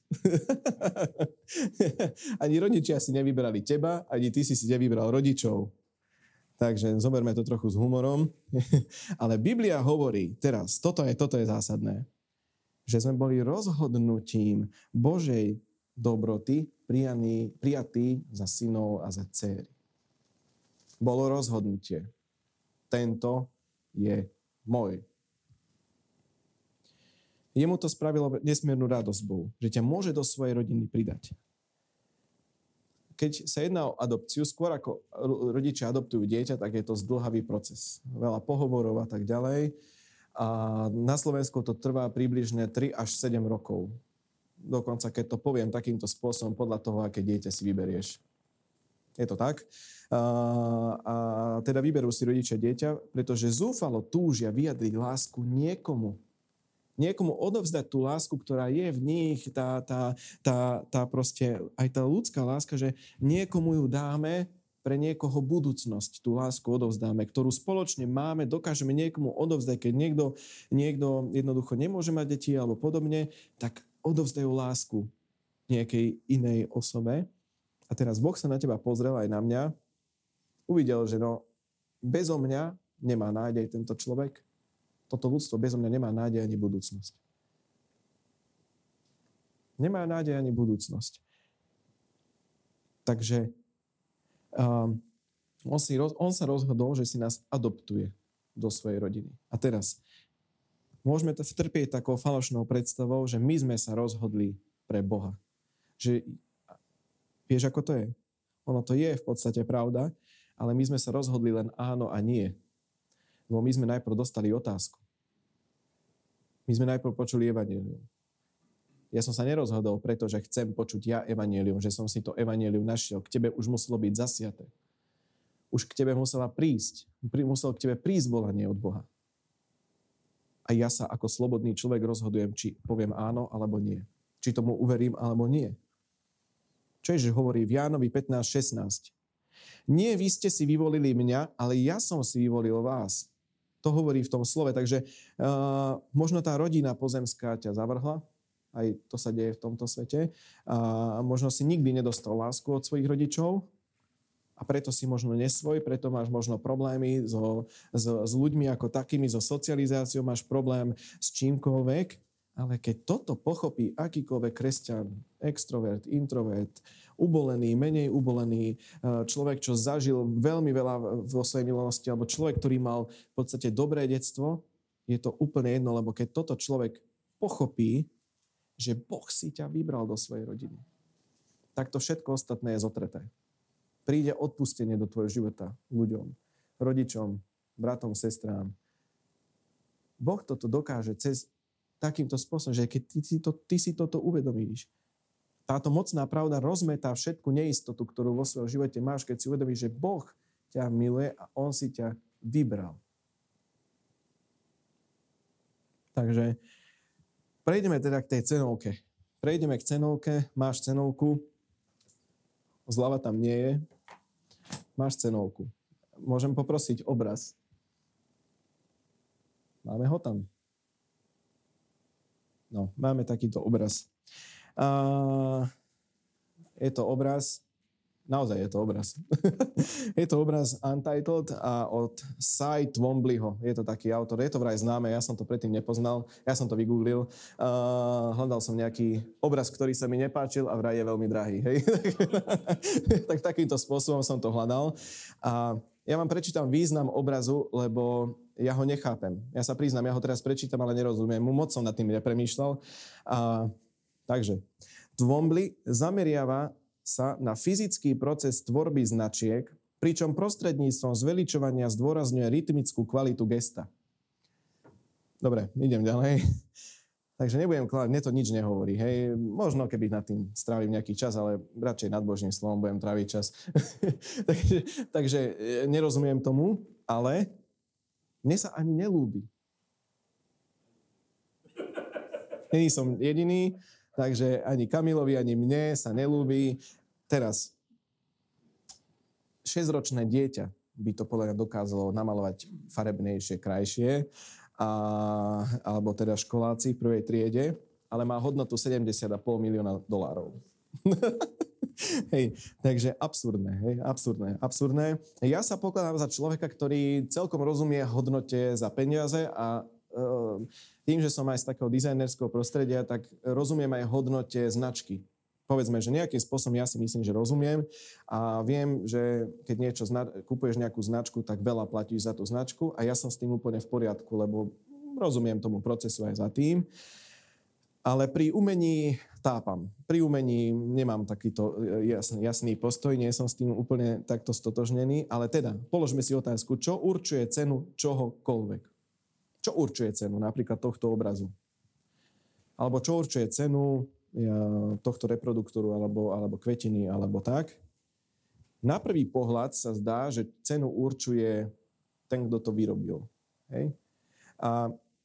Speaker 1: Ani rodičia si nevybrali teba, ani ty si nevybral rodičov. Takže zoberme to trochu s humorom. Ale Biblia hovorí, teraz, toto je zásadné, že sme boli rozhodnutím Božej dobroty prijatí za synov a za dcéry. Bolo rozhodnutie. Tento je môj. Jemu to spravilo nesmiernu radosť Bohu, že ťa môže do svojej rodiny pridať. Keď sa jedná o adopciu, skôr ako rodičia adoptujú dieťa, tak je to zdĺhavý proces. Veľa pohovorov a tak ďalej. A na Slovensku to trvá približne 3 až 7 rokov. Dokonca, keď to poviem takýmto spôsobom, podľa toho, aké dieťa si vyberieš. Je to tak? A teda vyberú si rodičia dieťa, pretože zúfalo túžia vyjadriť lásku niekomu odovzdať tú lásku, ktorá je v nich, tá proste, aj tá ľudská láska, že niekomu ju dáme pre niekoho budúcnosť, tú lásku odovzdáme, ktorú spoločne máme, dokážeme niekomu odovzdať, keď niekto jednoducho nemôže mať deti alebo podobne, tak odovzdajú lásku nejakej inej osobe. A teraz Boh sa na teba pozrel aj na mňa, uvidel, že bezo mňa nemá nádej tento človek. Toto ľudstvo bezo mňa nemá nádej ani budúcnosť. Nemá nádej ani budúcnosť. Takže on sa rozhodol, že si nás adoptuje do svojej rodiny. A teraz môžeme trpieť takou falošnou predstavou, že my sme sa rozhodli pre Boha. Že vieš, ako to je? Ono to je v podstate pravda, ale my sme sa rozhodli len áno a nie. Lebo my sme najprv dostali otázku. My sme najprv počuli evanjelium. Ja som sa nerozhodol, pretože chcem počuť ja evanjelium, že som si to evanjelium našiel. K tebe už muselo byť zasiaté. Už k tebe muselo k tebe prísť volanie od Boha. A ja sa ako slobodný človek rozhodujem, či poviem áno alebo nie. Či tomu uverím alebo nie. Čo je, že hovorí v Jánovi 15:16. Nie vy ste si vyvolili mňa, ale ja som si vyvolil vás. To hovorí v tom slove. Takže možno tá rodina pozemská ťa zavrhla, aj to sa deje v tomto svete. Možno si nikdy nedostal lásku od svojich rodičov a preto si možno nesvoj, preto máš možno problémy s ľuďmi ako takými, so socializáciou, máš problém s čímkoľvek, ale keď toto pochopí akýkoľvek kresťan, extrovert, introvert, ubolený, menej ubolený, človek, čo zažil veľmi veľa vo svojej milosti, alebo človek, ktorý mal v podstate dobré detstvo, je to úplne jedno, lebo keď toto človek pochopí, že Boh si ťa vybral do svojej rodiny, tak to všetko ostatné je zotreté. Príde odpustenie do tvojho života ľuďom, rodičom, bratom, sestrám. Boh toto dokáže cez takýmto spôsobom, že keď ty si toto uvedomíš, táto mocná pravda rozmetá všetku neistotu, ktorú vo svojom živote máš, keď si uvedomíš, že Boh ťa miluje a on si ťa vybral. Takže prejdeme teda k tej cenovke. Prejdeme k cenovke. Máš cenovku. Zľava tam nie je. Máš cenovku. Môžem poprosiť obraz. Máme ho tam. No, máme takýto obraz. Je to obraz, naozaj je to obraz. Je to obraz Untitled a od Cy Twomblyho. Je to taký autor, je to vraj známe, ja som to predtým nepoznal, ja som to vygooglil. Hľadal som nejaký obraz, ktorý sa mi nepáčil a vraj je veľmi drahý. Hej? Tak takýmto spôsobom som to hľadal. A ja vám prečítam význam obrazu, lebo ja ho nechápem. Ja sa priznám, ja ho teraz prečítam, ale nerozumiem. Moc som nad tým nepremýšľal. Takže, Twombly zameriava sa na fyzický proces tvorby značiek, pričom prostredníctvom zveličovania zdôrazňuje rytmickú kvalitu gesta. Dobre, idem ďalej. Takže nebudem kladať, mne to nič nehovorí. Hej. Možno, keby nad tým strávim nejaký čas, ale radšej nad Božím slovom budem tráviť čas. takže nerozumiem tomu, ale mne sa ani nelúbi. Není som jediný, takže ani Kamilovi, ani mne sa nelúbi. Teraz, 6-ročné dieťa by to podľa mňa dokázalo namalovať farebnejšie, krajšie, alebo teda školáci v prvej triede, ale má hodnotu $70,5 milióna. Hej, takže absurdné, hej, absurdné. Ja sa pokladám za človeka, ktorý celkom rozumie hodnote za peniaze a tým, že som aj z takého dizajnerského prostredia, tak rozumiem aj hodnote značky. Povedzme, že nejakým spôsobom ja si myslím, že rozumiem a viem, že keď kúpuješ nejakú značku, tak veľa platíš za tú značku a ja som s tým úplne v poriadku, lebo rozumiem tomu procesu aj za tým. Ale pri umení tápam. Pri umení nemám takýto jasný postoj, nie som s tým úplne takto stotožnený, ale teda položme si otázku, čo určuje cenu čohokoľvek. Čo určuje cenu napríklad tohto obrazu? Alebo čo určuje cenu tohto reproduktoru alebo kvetiny alebo tak. Na prvý pohľad sa zdá, že cenu určuje ten, kto to vyrobil. Hej? A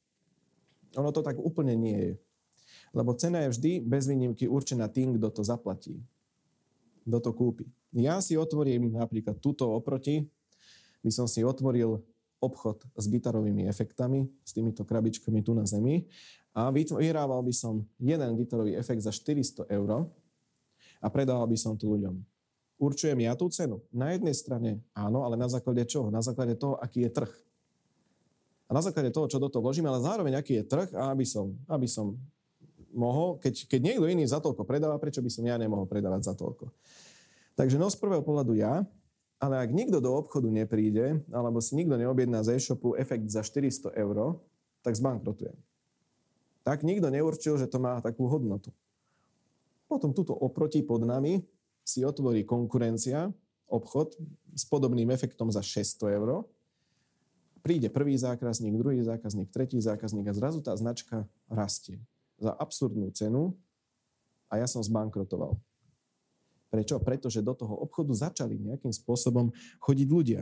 Speaker 1: ono to tak úplne nie je. Lebo cena je vždy bez výnimky určená tým, kto to zaplatí. Kto to kúpi. Ja si otvorím napríklad tuto oproti, by som si otvoril obchod s gitarovými efektami, s týmito krabičkami tu na zemi a vyhrával by som jeden gitarový efekt za 400 € a predával by som to ľuďom. Určujem ja tú cenu? Na jednej strane áno, ale na základe čoho? Na základe toho, aký je trh. A na základe toho, čo do toho vložím, ale zároveň aký je trh a aby som mohol, keď niekto iný za toľko predáva, prečo by som ja nemohol predávať za toľko? Takže z prvého pohľadu ja, ale ak nikto do obchodu nepríde, alebo si nikto neobjedná z e-shopu efekt za 400 €, tak zbankrotujem. Tak nikto neurčil, že to má takú hodnotu. Potom tuto oproti pod nami si otvorí konkurencia, obchod s podobným efektom za 600 €. Príde prvý zákazník, druhý zákazník, tretí zákazník a zrazu tá značka rastie za absurdnú cenu a ja som zbankrotoval. Prečo? Pretože do toho obchodu začali nejakým spôsobom chodiť ľudia.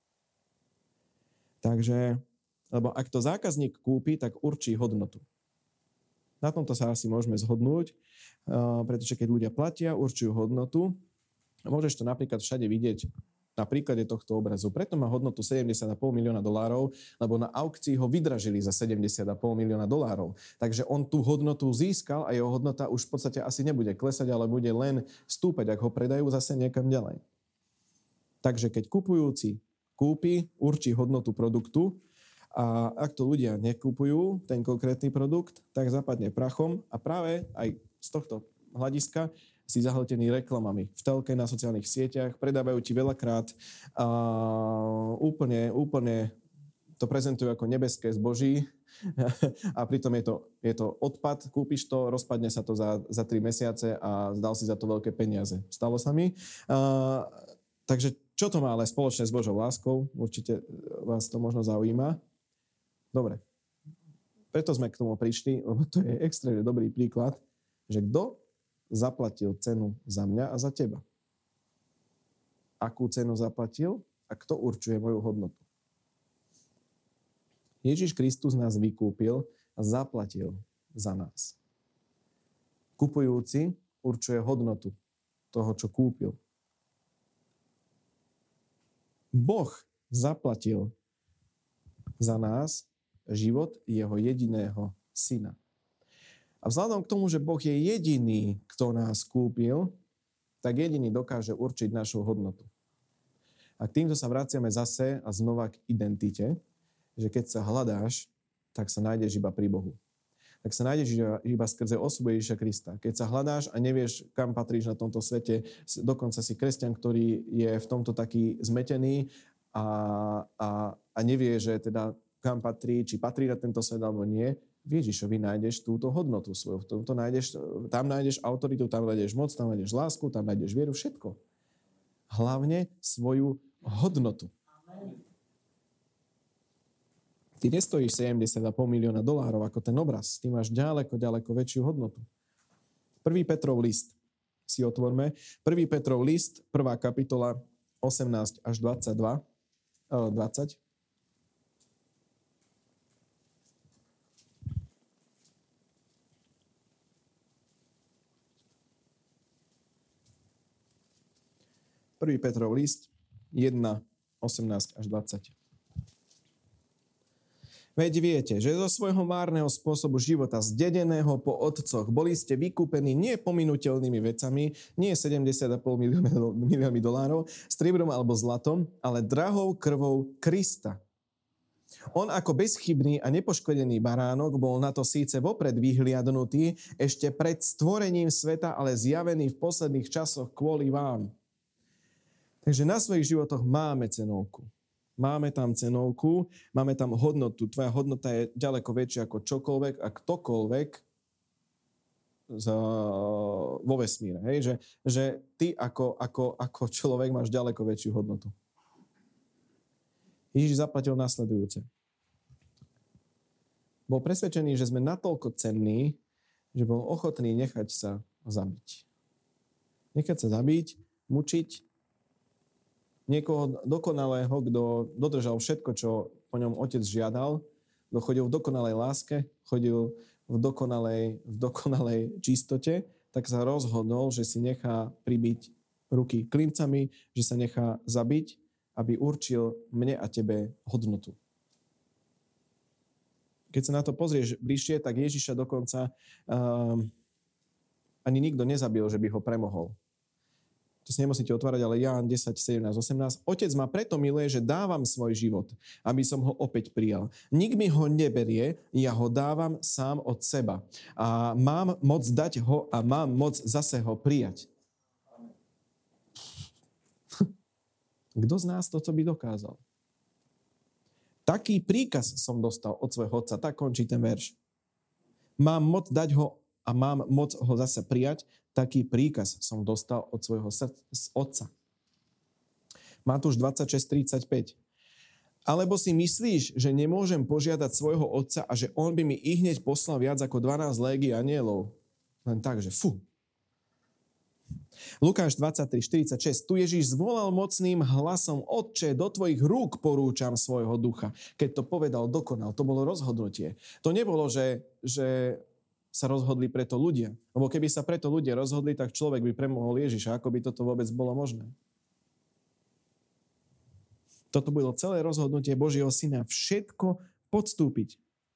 Speaker 1: Takže, lebo ak to zákazník kúpi, tak určí hodnotu. Na tomto sa asi môžeme zhodnúť, pretože keď ľudia platia, určujú hodnotu. Môžeš to napríklad všade vidieť na príklade tohto obrazu. Preto má hodnotu $70,5 milióna, lebo na aukcii ho vydražili za $70,5 milióna. Takže on tú hodnotu získal a jeho hodnota už v podstate asi nebude klesať, ale bude len stúpať, ak ho predajú zase niekam ďalej. Takže keď kupujúci kúpi, určí hodnotu produktu a ak to ľudia nekúpujú, ten konkrétny produkt, tak zapadne prachom a práve aj z tohto hľadiska si zahltený reklamami v telke, na sociálnych sieťach, predávajú ti veľakrát a úplne to prezentujú ako nebeské zboží a pritom je to odpad, kúpiš to, rozpadne sa to za 3 mesiace a zdal si za to veľké peniaze. Stalo sa mi. Takže čo to má ale spoločné s Božou láskou? Určite vás to možno zaujíma. Dobre. Preto sme k tomu prišli, lebo to je extrémne dobrý príklad, že kto zaplatil cenu za mňa a za teba. Akú cenu zaplatil a kto určuje moju hodnotu. Ježiš Kristus nás vykúpil a zaplatil za nás. Kupujúci určuje hodnotu toho, čo kúpil. Boh zaplatil za nás život jeho jediného syna. A vzhľadom k tomu, že Boh je jediný, kto nás kúpil, tak jediný dokáže určiť našu hodnotu. A k týmto sa vraciame zase a znova k identite, že keď sa hľadáš, tak sa nájdeš iba pri Bohu. Tak sa nájdeš iba skrze osobu Ježiša Krista. Keď sa hľadáš a nevieš, kam patríš na tomto svete, dokonca si kresťan, ktorý je v tomto taký zmetený a nevie, že teda kam patrí, či patrí na tento svet alebo nie, v Ježišovi nájdeš túto hodnotu svoju. Tam nájdeš autoritu, tam nájdeš moc, tam nájdeš lásku, tam nájdeš vieru, všetko. Hlavne svoju hodnotu. Ty nestojíš $70,5 milióna ako ten obraz. Ty máš ďaleko väčšiu hodnotu. 1. Petrov list si otvorme. 1. Petrov list, 1. kapitola, 18 až 20. 1. Petrov list 1, 18 až 20. Veď viete, že zo svojho márneho spôsobu života, zdedeného po otcoch, boli ste vykúpení nie pominuteľnými vecami, nie $70,5 miliónmi, striebrom alebo zlatom, ale drahou krvou Krista. On ako bezchybný a nepoškodený baránok bol na to síce vopred vyhliadnutý, ešte pred stvorením sveta, ale zjavený v posledných časoch kvôli vám. Takže na svojich životoch máme cenovku. Máme tam cenovku, máme tam hodnotu. Tvoja hodnota je ďaleko väčšia ako čokoľvek a ktokoľvek vo vesmíre. Hej? Že ty ako človek máš ďaleko väčšiu hodnotu. Ježiš zaplatil nasledujúce. Bol presvedčený, že sme natoľko cenní, že bol ochotný nechať sa zabiť. Nechať sa zabiť, mučiť, niekoho dokonalého, kto dodržal všetko, čo po ňom otec žiadal, kto chodil v dokonalej láske, chodil v dokonalej čistote, tak sa rozhodol, že si nechá pribiť ruky klincami, že sa nechá zabiť, aby určil mne a tebe hodnotu. Keď sa na to pozrieš bližšie, tak Ježiša dokonca ani nikto nezabil, že by ho premohol. To si nemusíte otvárať, ale Ján 10, 17, 18. Otec ma preto miluje, že dávam svoj život, aby som ho opäť prijal. Nik mi ho neberie, ja ho dávam sám od seba. A mám moc dať ho a mám moc zase ho prijať. Kto z nás toto by dokázal? Taký príkaz som dostal od svojho otca. Tak končí ten verš. Mám moc dať ho a mám moc ho zase prijať. Taký príkaz som dostal od svojho otca. Matúš 26:35. Alebo si myslíš, že nemôžem požiadať svojho otca a že on by mi ihneď poslal viac ako 12 légií anielov? Len tak, že fú. Lukáš 23:46. Tu Ježíš zvolal mocným hlasom: Otče, do tvojich rúk porúčam svojho ducha. Keď to povedal, dokonal. To bolo rozhodnutie. To nebolo, že sa rozhodli preto ľudia. Lebo keby sa preto ľudia rozhodli, tak človek by premohol Ježiša. Ako by toto vôbec bolo možné? Toto bolo celé rozhodnutie Božieho syna. Všetko podstúpiť.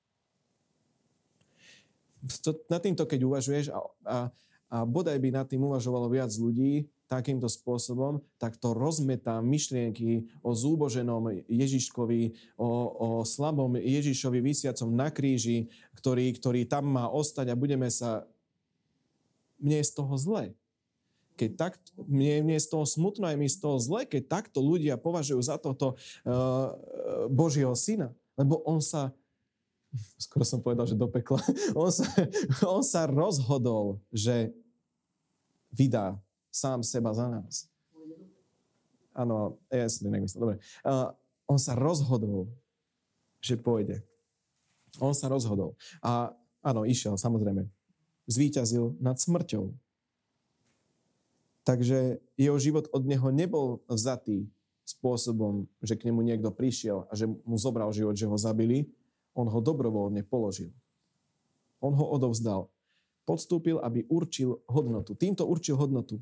Speaker 1: Nad týmto, keď uvažuješ a bodaj by nad tým uvažovalo viac ľudí takýmto spôsobom, tak to rozmetá myšlienky o zúboženom Ježiškovi, o slabom Ježišovi visiacom na kríži, ktorý tam má ostať a budeme sa... Mne je z toho zle. Mne je z toho smutno, aj mi z toho zle, keď takto ľudia považujú za tohto Božieho syna. Lebo on sa... Skoro som povedal, že do pekla. On sa rozhodol, že vydá sám seba za nás. Áno, ja som to nemyslel. Dobre. On sa rozhodol, že pôjde. On sa rozhodol. A áno, išiel, samozrejme. Zvíťazil nad smrťou. Takže jeho život od neho nebol vzatý spôsobom, že k nemu niekto prišiel a že mu zobral život, že ho zabili, On ho dobrovoľne položil. On ho odovzdal. Podstúpil, aby určil hodnotu. Týmto určil hodnotu.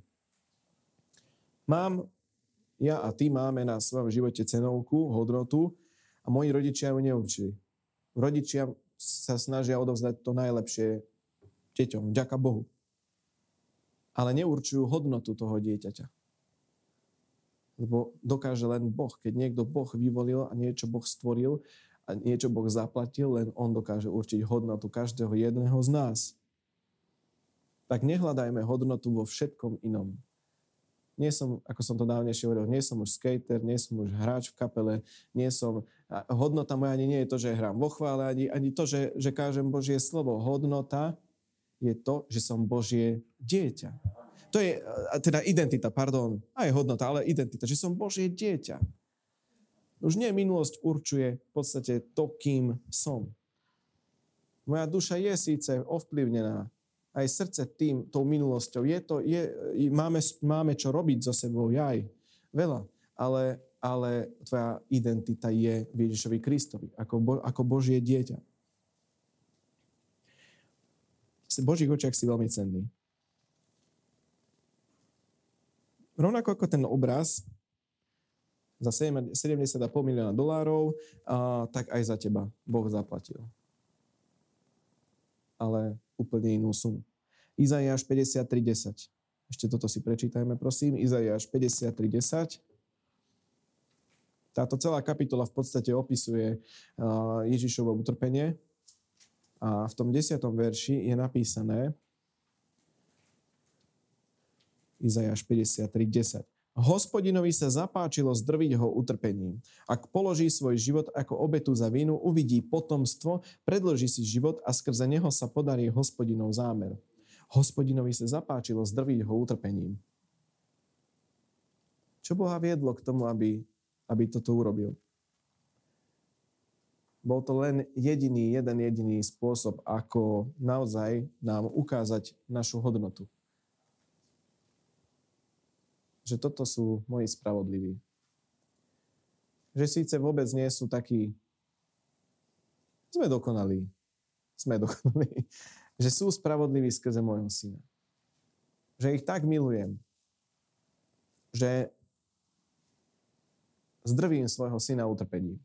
Speaker 1: Ja a ty máme na svojom živote cenovku, hodnotu a moji rodičia ju neurčili. Rodičia sa snažia odovzdať to najlepšie deťom, vďaka Bohu. Ale neurčujú hodnotu toho dieťaťa. Lebo dokáže len Boh. Keď niekto Boh vyvolil a niečo Boh stvoril a niečo Boh zaplatil, len on dokáže určiť hodnotu každého jedného z nás. Tak nehľadajme hodnotu vo všetkom inom. Nie som, ako som to dávnejšie hovoril, nie som už skater, nie som už hráč v kapele, hodnota moja ani nie je to, že hrám vo chvále, ani to, že kážem Božie slovo. Hodnota je to, že som Božie dieťa. To je teda identita, aj hodnota, ale identita, že som Božie dieťa. Už nie minulosť určuje v podstate to, kým som. Moja duša je síce ovplyvnená, aj srdce tou minulosťou. Máme čo robiť so sebou, veľa. Ale tvoja identita je v Ježišovi Kristovi, ako Božie dieťa. V Božích očiach si veľmi cenný. Rovnako ako ten obraz za $70,5 milióna, tak aj za teba Boh zaplatil. Ale úplne inú sumu. Izaiáš 53:10. Ešte toto si prečítajme, prosím. Izaiáš 53:10. Táto celá kapitola v podstate opisuje Ježišovo utrpenie a v tom 10. verši je napísané Izaiáš 53:10. Hospodinovi sa zapáčilo zdrviť ho utrpením. Ak položí svoj život ako obetu za vinu, uvidí potomstvo, predloží si život a skrze neho sa podarí Hospodinov zámer. Hospodinovi sa zapáčilo zdrviť ho utrpením. Čo Boha viedlo k tomu, aby toto urobil? Bol to len jeden jediný spôsob, ako naozaj nám ukázať našu hodnotu. Že toto sú moji spravodliví. Že síce vôbec nie sú takí, sme dokonalí. Že sú spravodliví skrze môjho syna. Že ich tak milujem, že zdrvím svojho syna utrpením.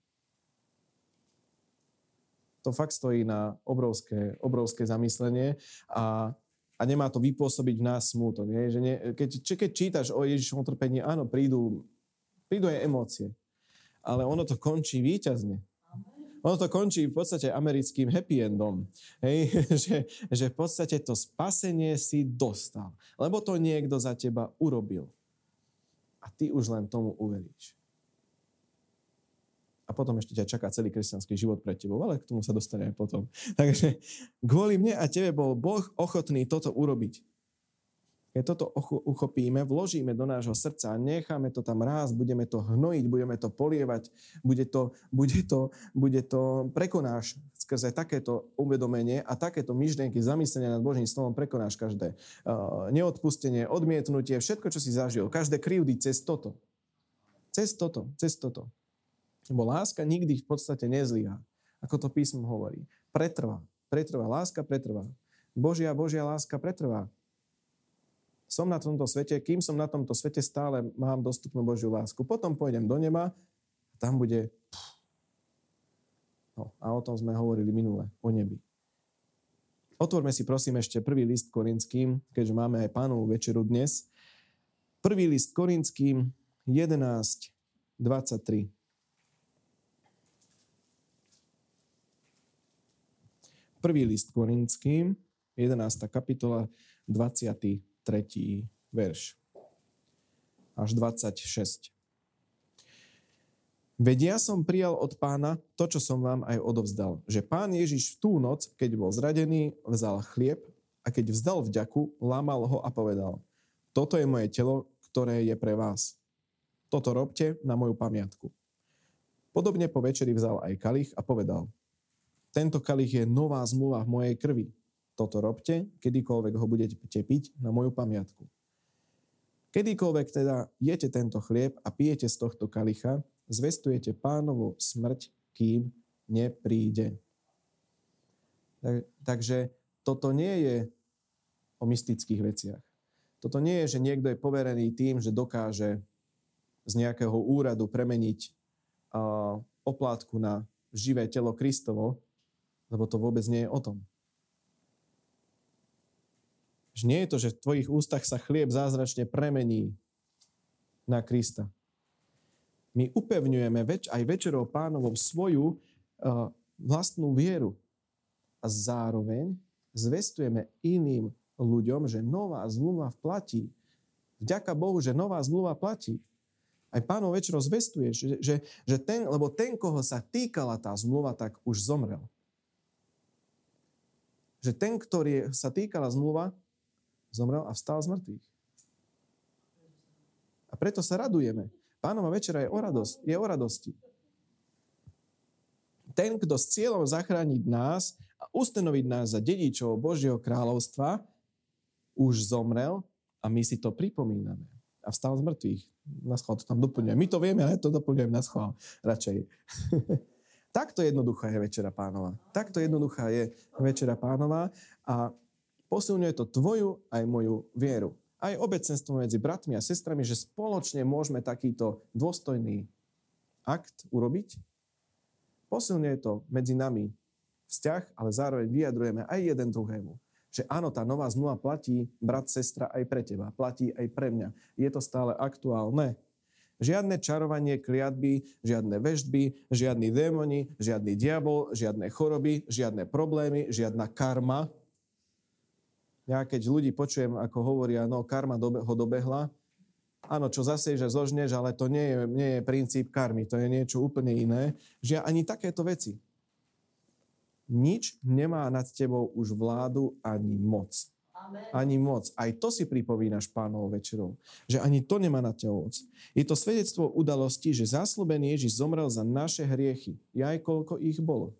Speaker 1: To fakt stojí na obrovské zamyslenie a nemá to vypôsobiť v nás smútok. Keď čítaš o Ježišovom utrpení, áno, prídu aj emócie. Ale ono to končí víťazne. Ono to končí v podstate americkým happy endom. Že v podstate to spasenie si dostal. Lebo to niekto za teba urobil. A ty už len tomu uveríš. A potom ešte ťa čaká celý kresťanský život pred tebou, ale k tomu sa dostane aj potom. Takže kvôli mne a tebe bol Boh ochotný toto urobiť. Keď toto uchopíme, vložíme do nášho srdca a necháme to tam rásť, budeme to hnojiť, budeme to polievať, bude to prekonáš skrze takéto uvedomenie a takéto myšlienky, zamyslenia nad Božím slovom prekonáš každé neodpustenie, odmietnutie, všetko, čo si zažil, každé krivdy cez toto. Cez toto. Lebo láska nikdy v podstate nezlyhá. Ako to písmo hovorí. Pretrvá. Láska pretrvá. Božia láska pretrvá. Som na tomto svete, kým som na tomto svete, stále mám dostupnú Božiu lásku. Potom pôjdem do neba a tam bude... No, a o tom sme hovorili minule, o nebi. Otvorme si prosím ešte prvý list Korinským, keďže máme aj Pánovu večeru dnes. Prvý list Korinským 11:23. Prvý list Korinským, 11. kapitola, 23. verš. Až 26. Veď ja som prijal od Pána to, čo som vám aj odovzdal. Že Pán Ježiš v tú noc, keď bol zradený, vzal chlieb a keď vzdal vďaku, lámal ho a povedal: Toto je moje telo, ktoré je pre vás. Toto robte na moju pamiatku. Podobne po večeri vzal aj kalich a povedal: Tento kalich je nová zmluva v mojej krvi. Toto robte, kedykoľvek ho budete piť na moju pamiatku. Kedykoľvek teda jete tento chlieb a pijete z tohto kalicha, zvestujete Pánovu smrť, kým nepríde. Takže toto nie je o mystických veciach. Toto nie je, že niekto je poverený tým, že dokáže z nejakého úradu premeniť oplátku na živé telo Kristovo, lebo to vôbec nie je o tom. Že nie je to, že v tvojich ústach sa chlieb zázračne premení na Krista. My upevňujeme aj večerou Pánovou svoju vlastnú vieru a zároveň zvestujeme iným ľuďom, že nová zmluva platí. Vďaka Bohu, že nová zmluva platí. Aj Pánov večerou zvestuje, lebo ten, koho sa týkala tá zmluva, tak už zomrel. Že ten, ktorý sa týkala zmluva, zomrel a vstal z mŕtvych. A preto sa radujeme. Pánova večera je o radosti. Ten, kto s cieľom zachrániť nás a ustanoviť nás za dedičov Božieho kráľovstva, už zomrel a my si to pripomíname. A vstal z mŕtvych. Na schvál to tam doplňujem. My to vieme, ale to doplňujem na schvál. Radšej. Takto jednoduchá je večera Pánova. Takto jednoduchá je večera Pánova a posilňuje to tvoju aj moju vieru. Aj obecenstvo medzi bratmi a sestrami, že spoločne môžeme takýto dôstojný akt urobiť. Posilňuje to medzi nami vzťah, ale zároveň vyjadrujeme aj jeden druhému. Že áno, tá nová zmluva platí, brat, sestra, aj pre teba. Platí aj pre mňa. Je to stále aktuálne. Žiadne čarovanie, kliatby, žiadne veštby, žiadni démoni, žiadny diabol, žiadne choroby, žiadne problémy, žiadna karma. Ja keď ľudí počujem, ako hovoria, no karma ho dobehla, áno, čo zaseješ, zožneš, ale to nie je princíp karmy, to je niečo úplne iné. Že ani takéto veci. Nič nemá nad tebou už vládu ani moc. Amen. Ani moc. Aj to si pripomínaš Pánovou večerou. Že ani to nemá nad tebou moc. Je to svedectvo udalosti, že zasľúbený Ježiš zomrel za naše hriechy. Aj koľko ich bolo.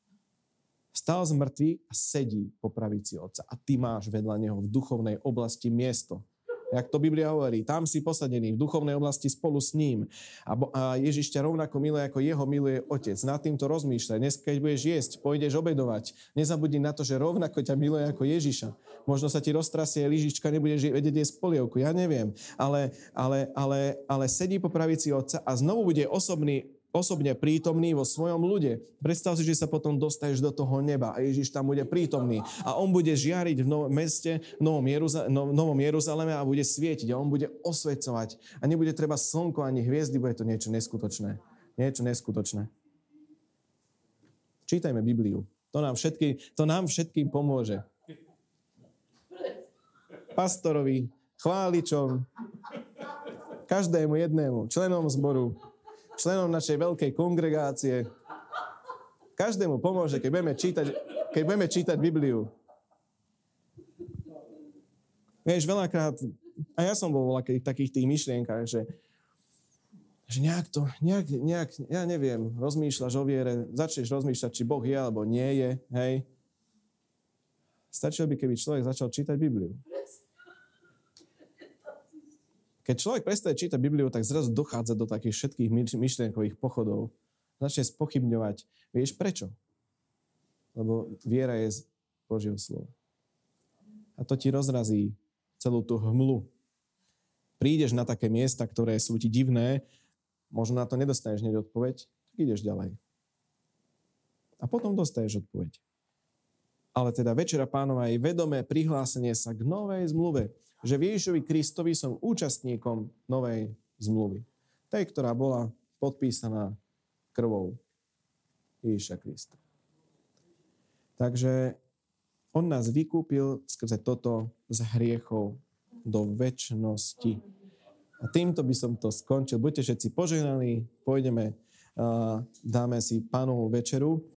Speaker 1: Stal z mŕtvych a sedí po pravici Otca. A ty máš vedľa neho v duchovnej oblasti miesto. Jak to Biblia hovorí, tam si posadený v duchovnej oblasti spolu s ním. A Ježiš ťa rovnako miluje, ako jeho miluje Otec. Nad týmto rozmýšľaj. Dnes, keď budeš jesť, pôjdeš obedovať. Nezabudni na to, že rovnako ťa miluje ako Ježiša. Možno sa ti roztrasie lyžička, nebudeš vedieť jesť polievku. Ja neviem. Ale sedí po pravici Otca a znovu bude osobne prítomný vo svojom ľude. Predstav si, že sa potom dostaneš do toho neba a Ježiš tam bude prítomný a on bude žiariť v novom meste, v Novom Jeruzaleme a bude svietiť a on bude osvecovať a nebude treba slnko ani hviezdy, bude to niečo neskutočné. Niečo neskutočné. Čítajme Bibliu. To nám všetkým pomôže. Pastorovi, chváličom, každému jednému, členom zboru, členom našej veľkej kongregácie. Každému pomôže, keď budeme čítať Bibliu. Vieš, veľakrát, a ja som bol v takých tých myšlienkach, že nejak, ja neviem, rozmýšľaš o viere, začneš rozmýšľať, či Boh je alebo nie je, hej. Stačilo by, keby človek začal čítať Bibliu. Keď človek prestane čítať Bibliu, tak zrazu dochádza do takých všetkých myšlienkových pochodov. Začne spochybňovať. Vieš prečo? Lebo viera je z Božieho slova. A to ti rozrazí celú tú hmlu. Prídeš na také miesta, ktoré sú ti divné, možno na to nedostaneš hneď odpoveď, tak ideš ďalej. A potom dostaneš odpoveď. Ale teda večera Pánova je vedomé prihlásenie sa k novej zmluve, že v Ježišovi Kristovi som účastníkom novej zmluvy. Tej, ktorá bola podpísaná krvou Ježiša Krista. Takže on nás vykúpil skrze toto z hriechov do večnosti. A týmto by som to skončil. Buďte všetci požehnaní, pôjdeme, dáme si Pánovú večeru.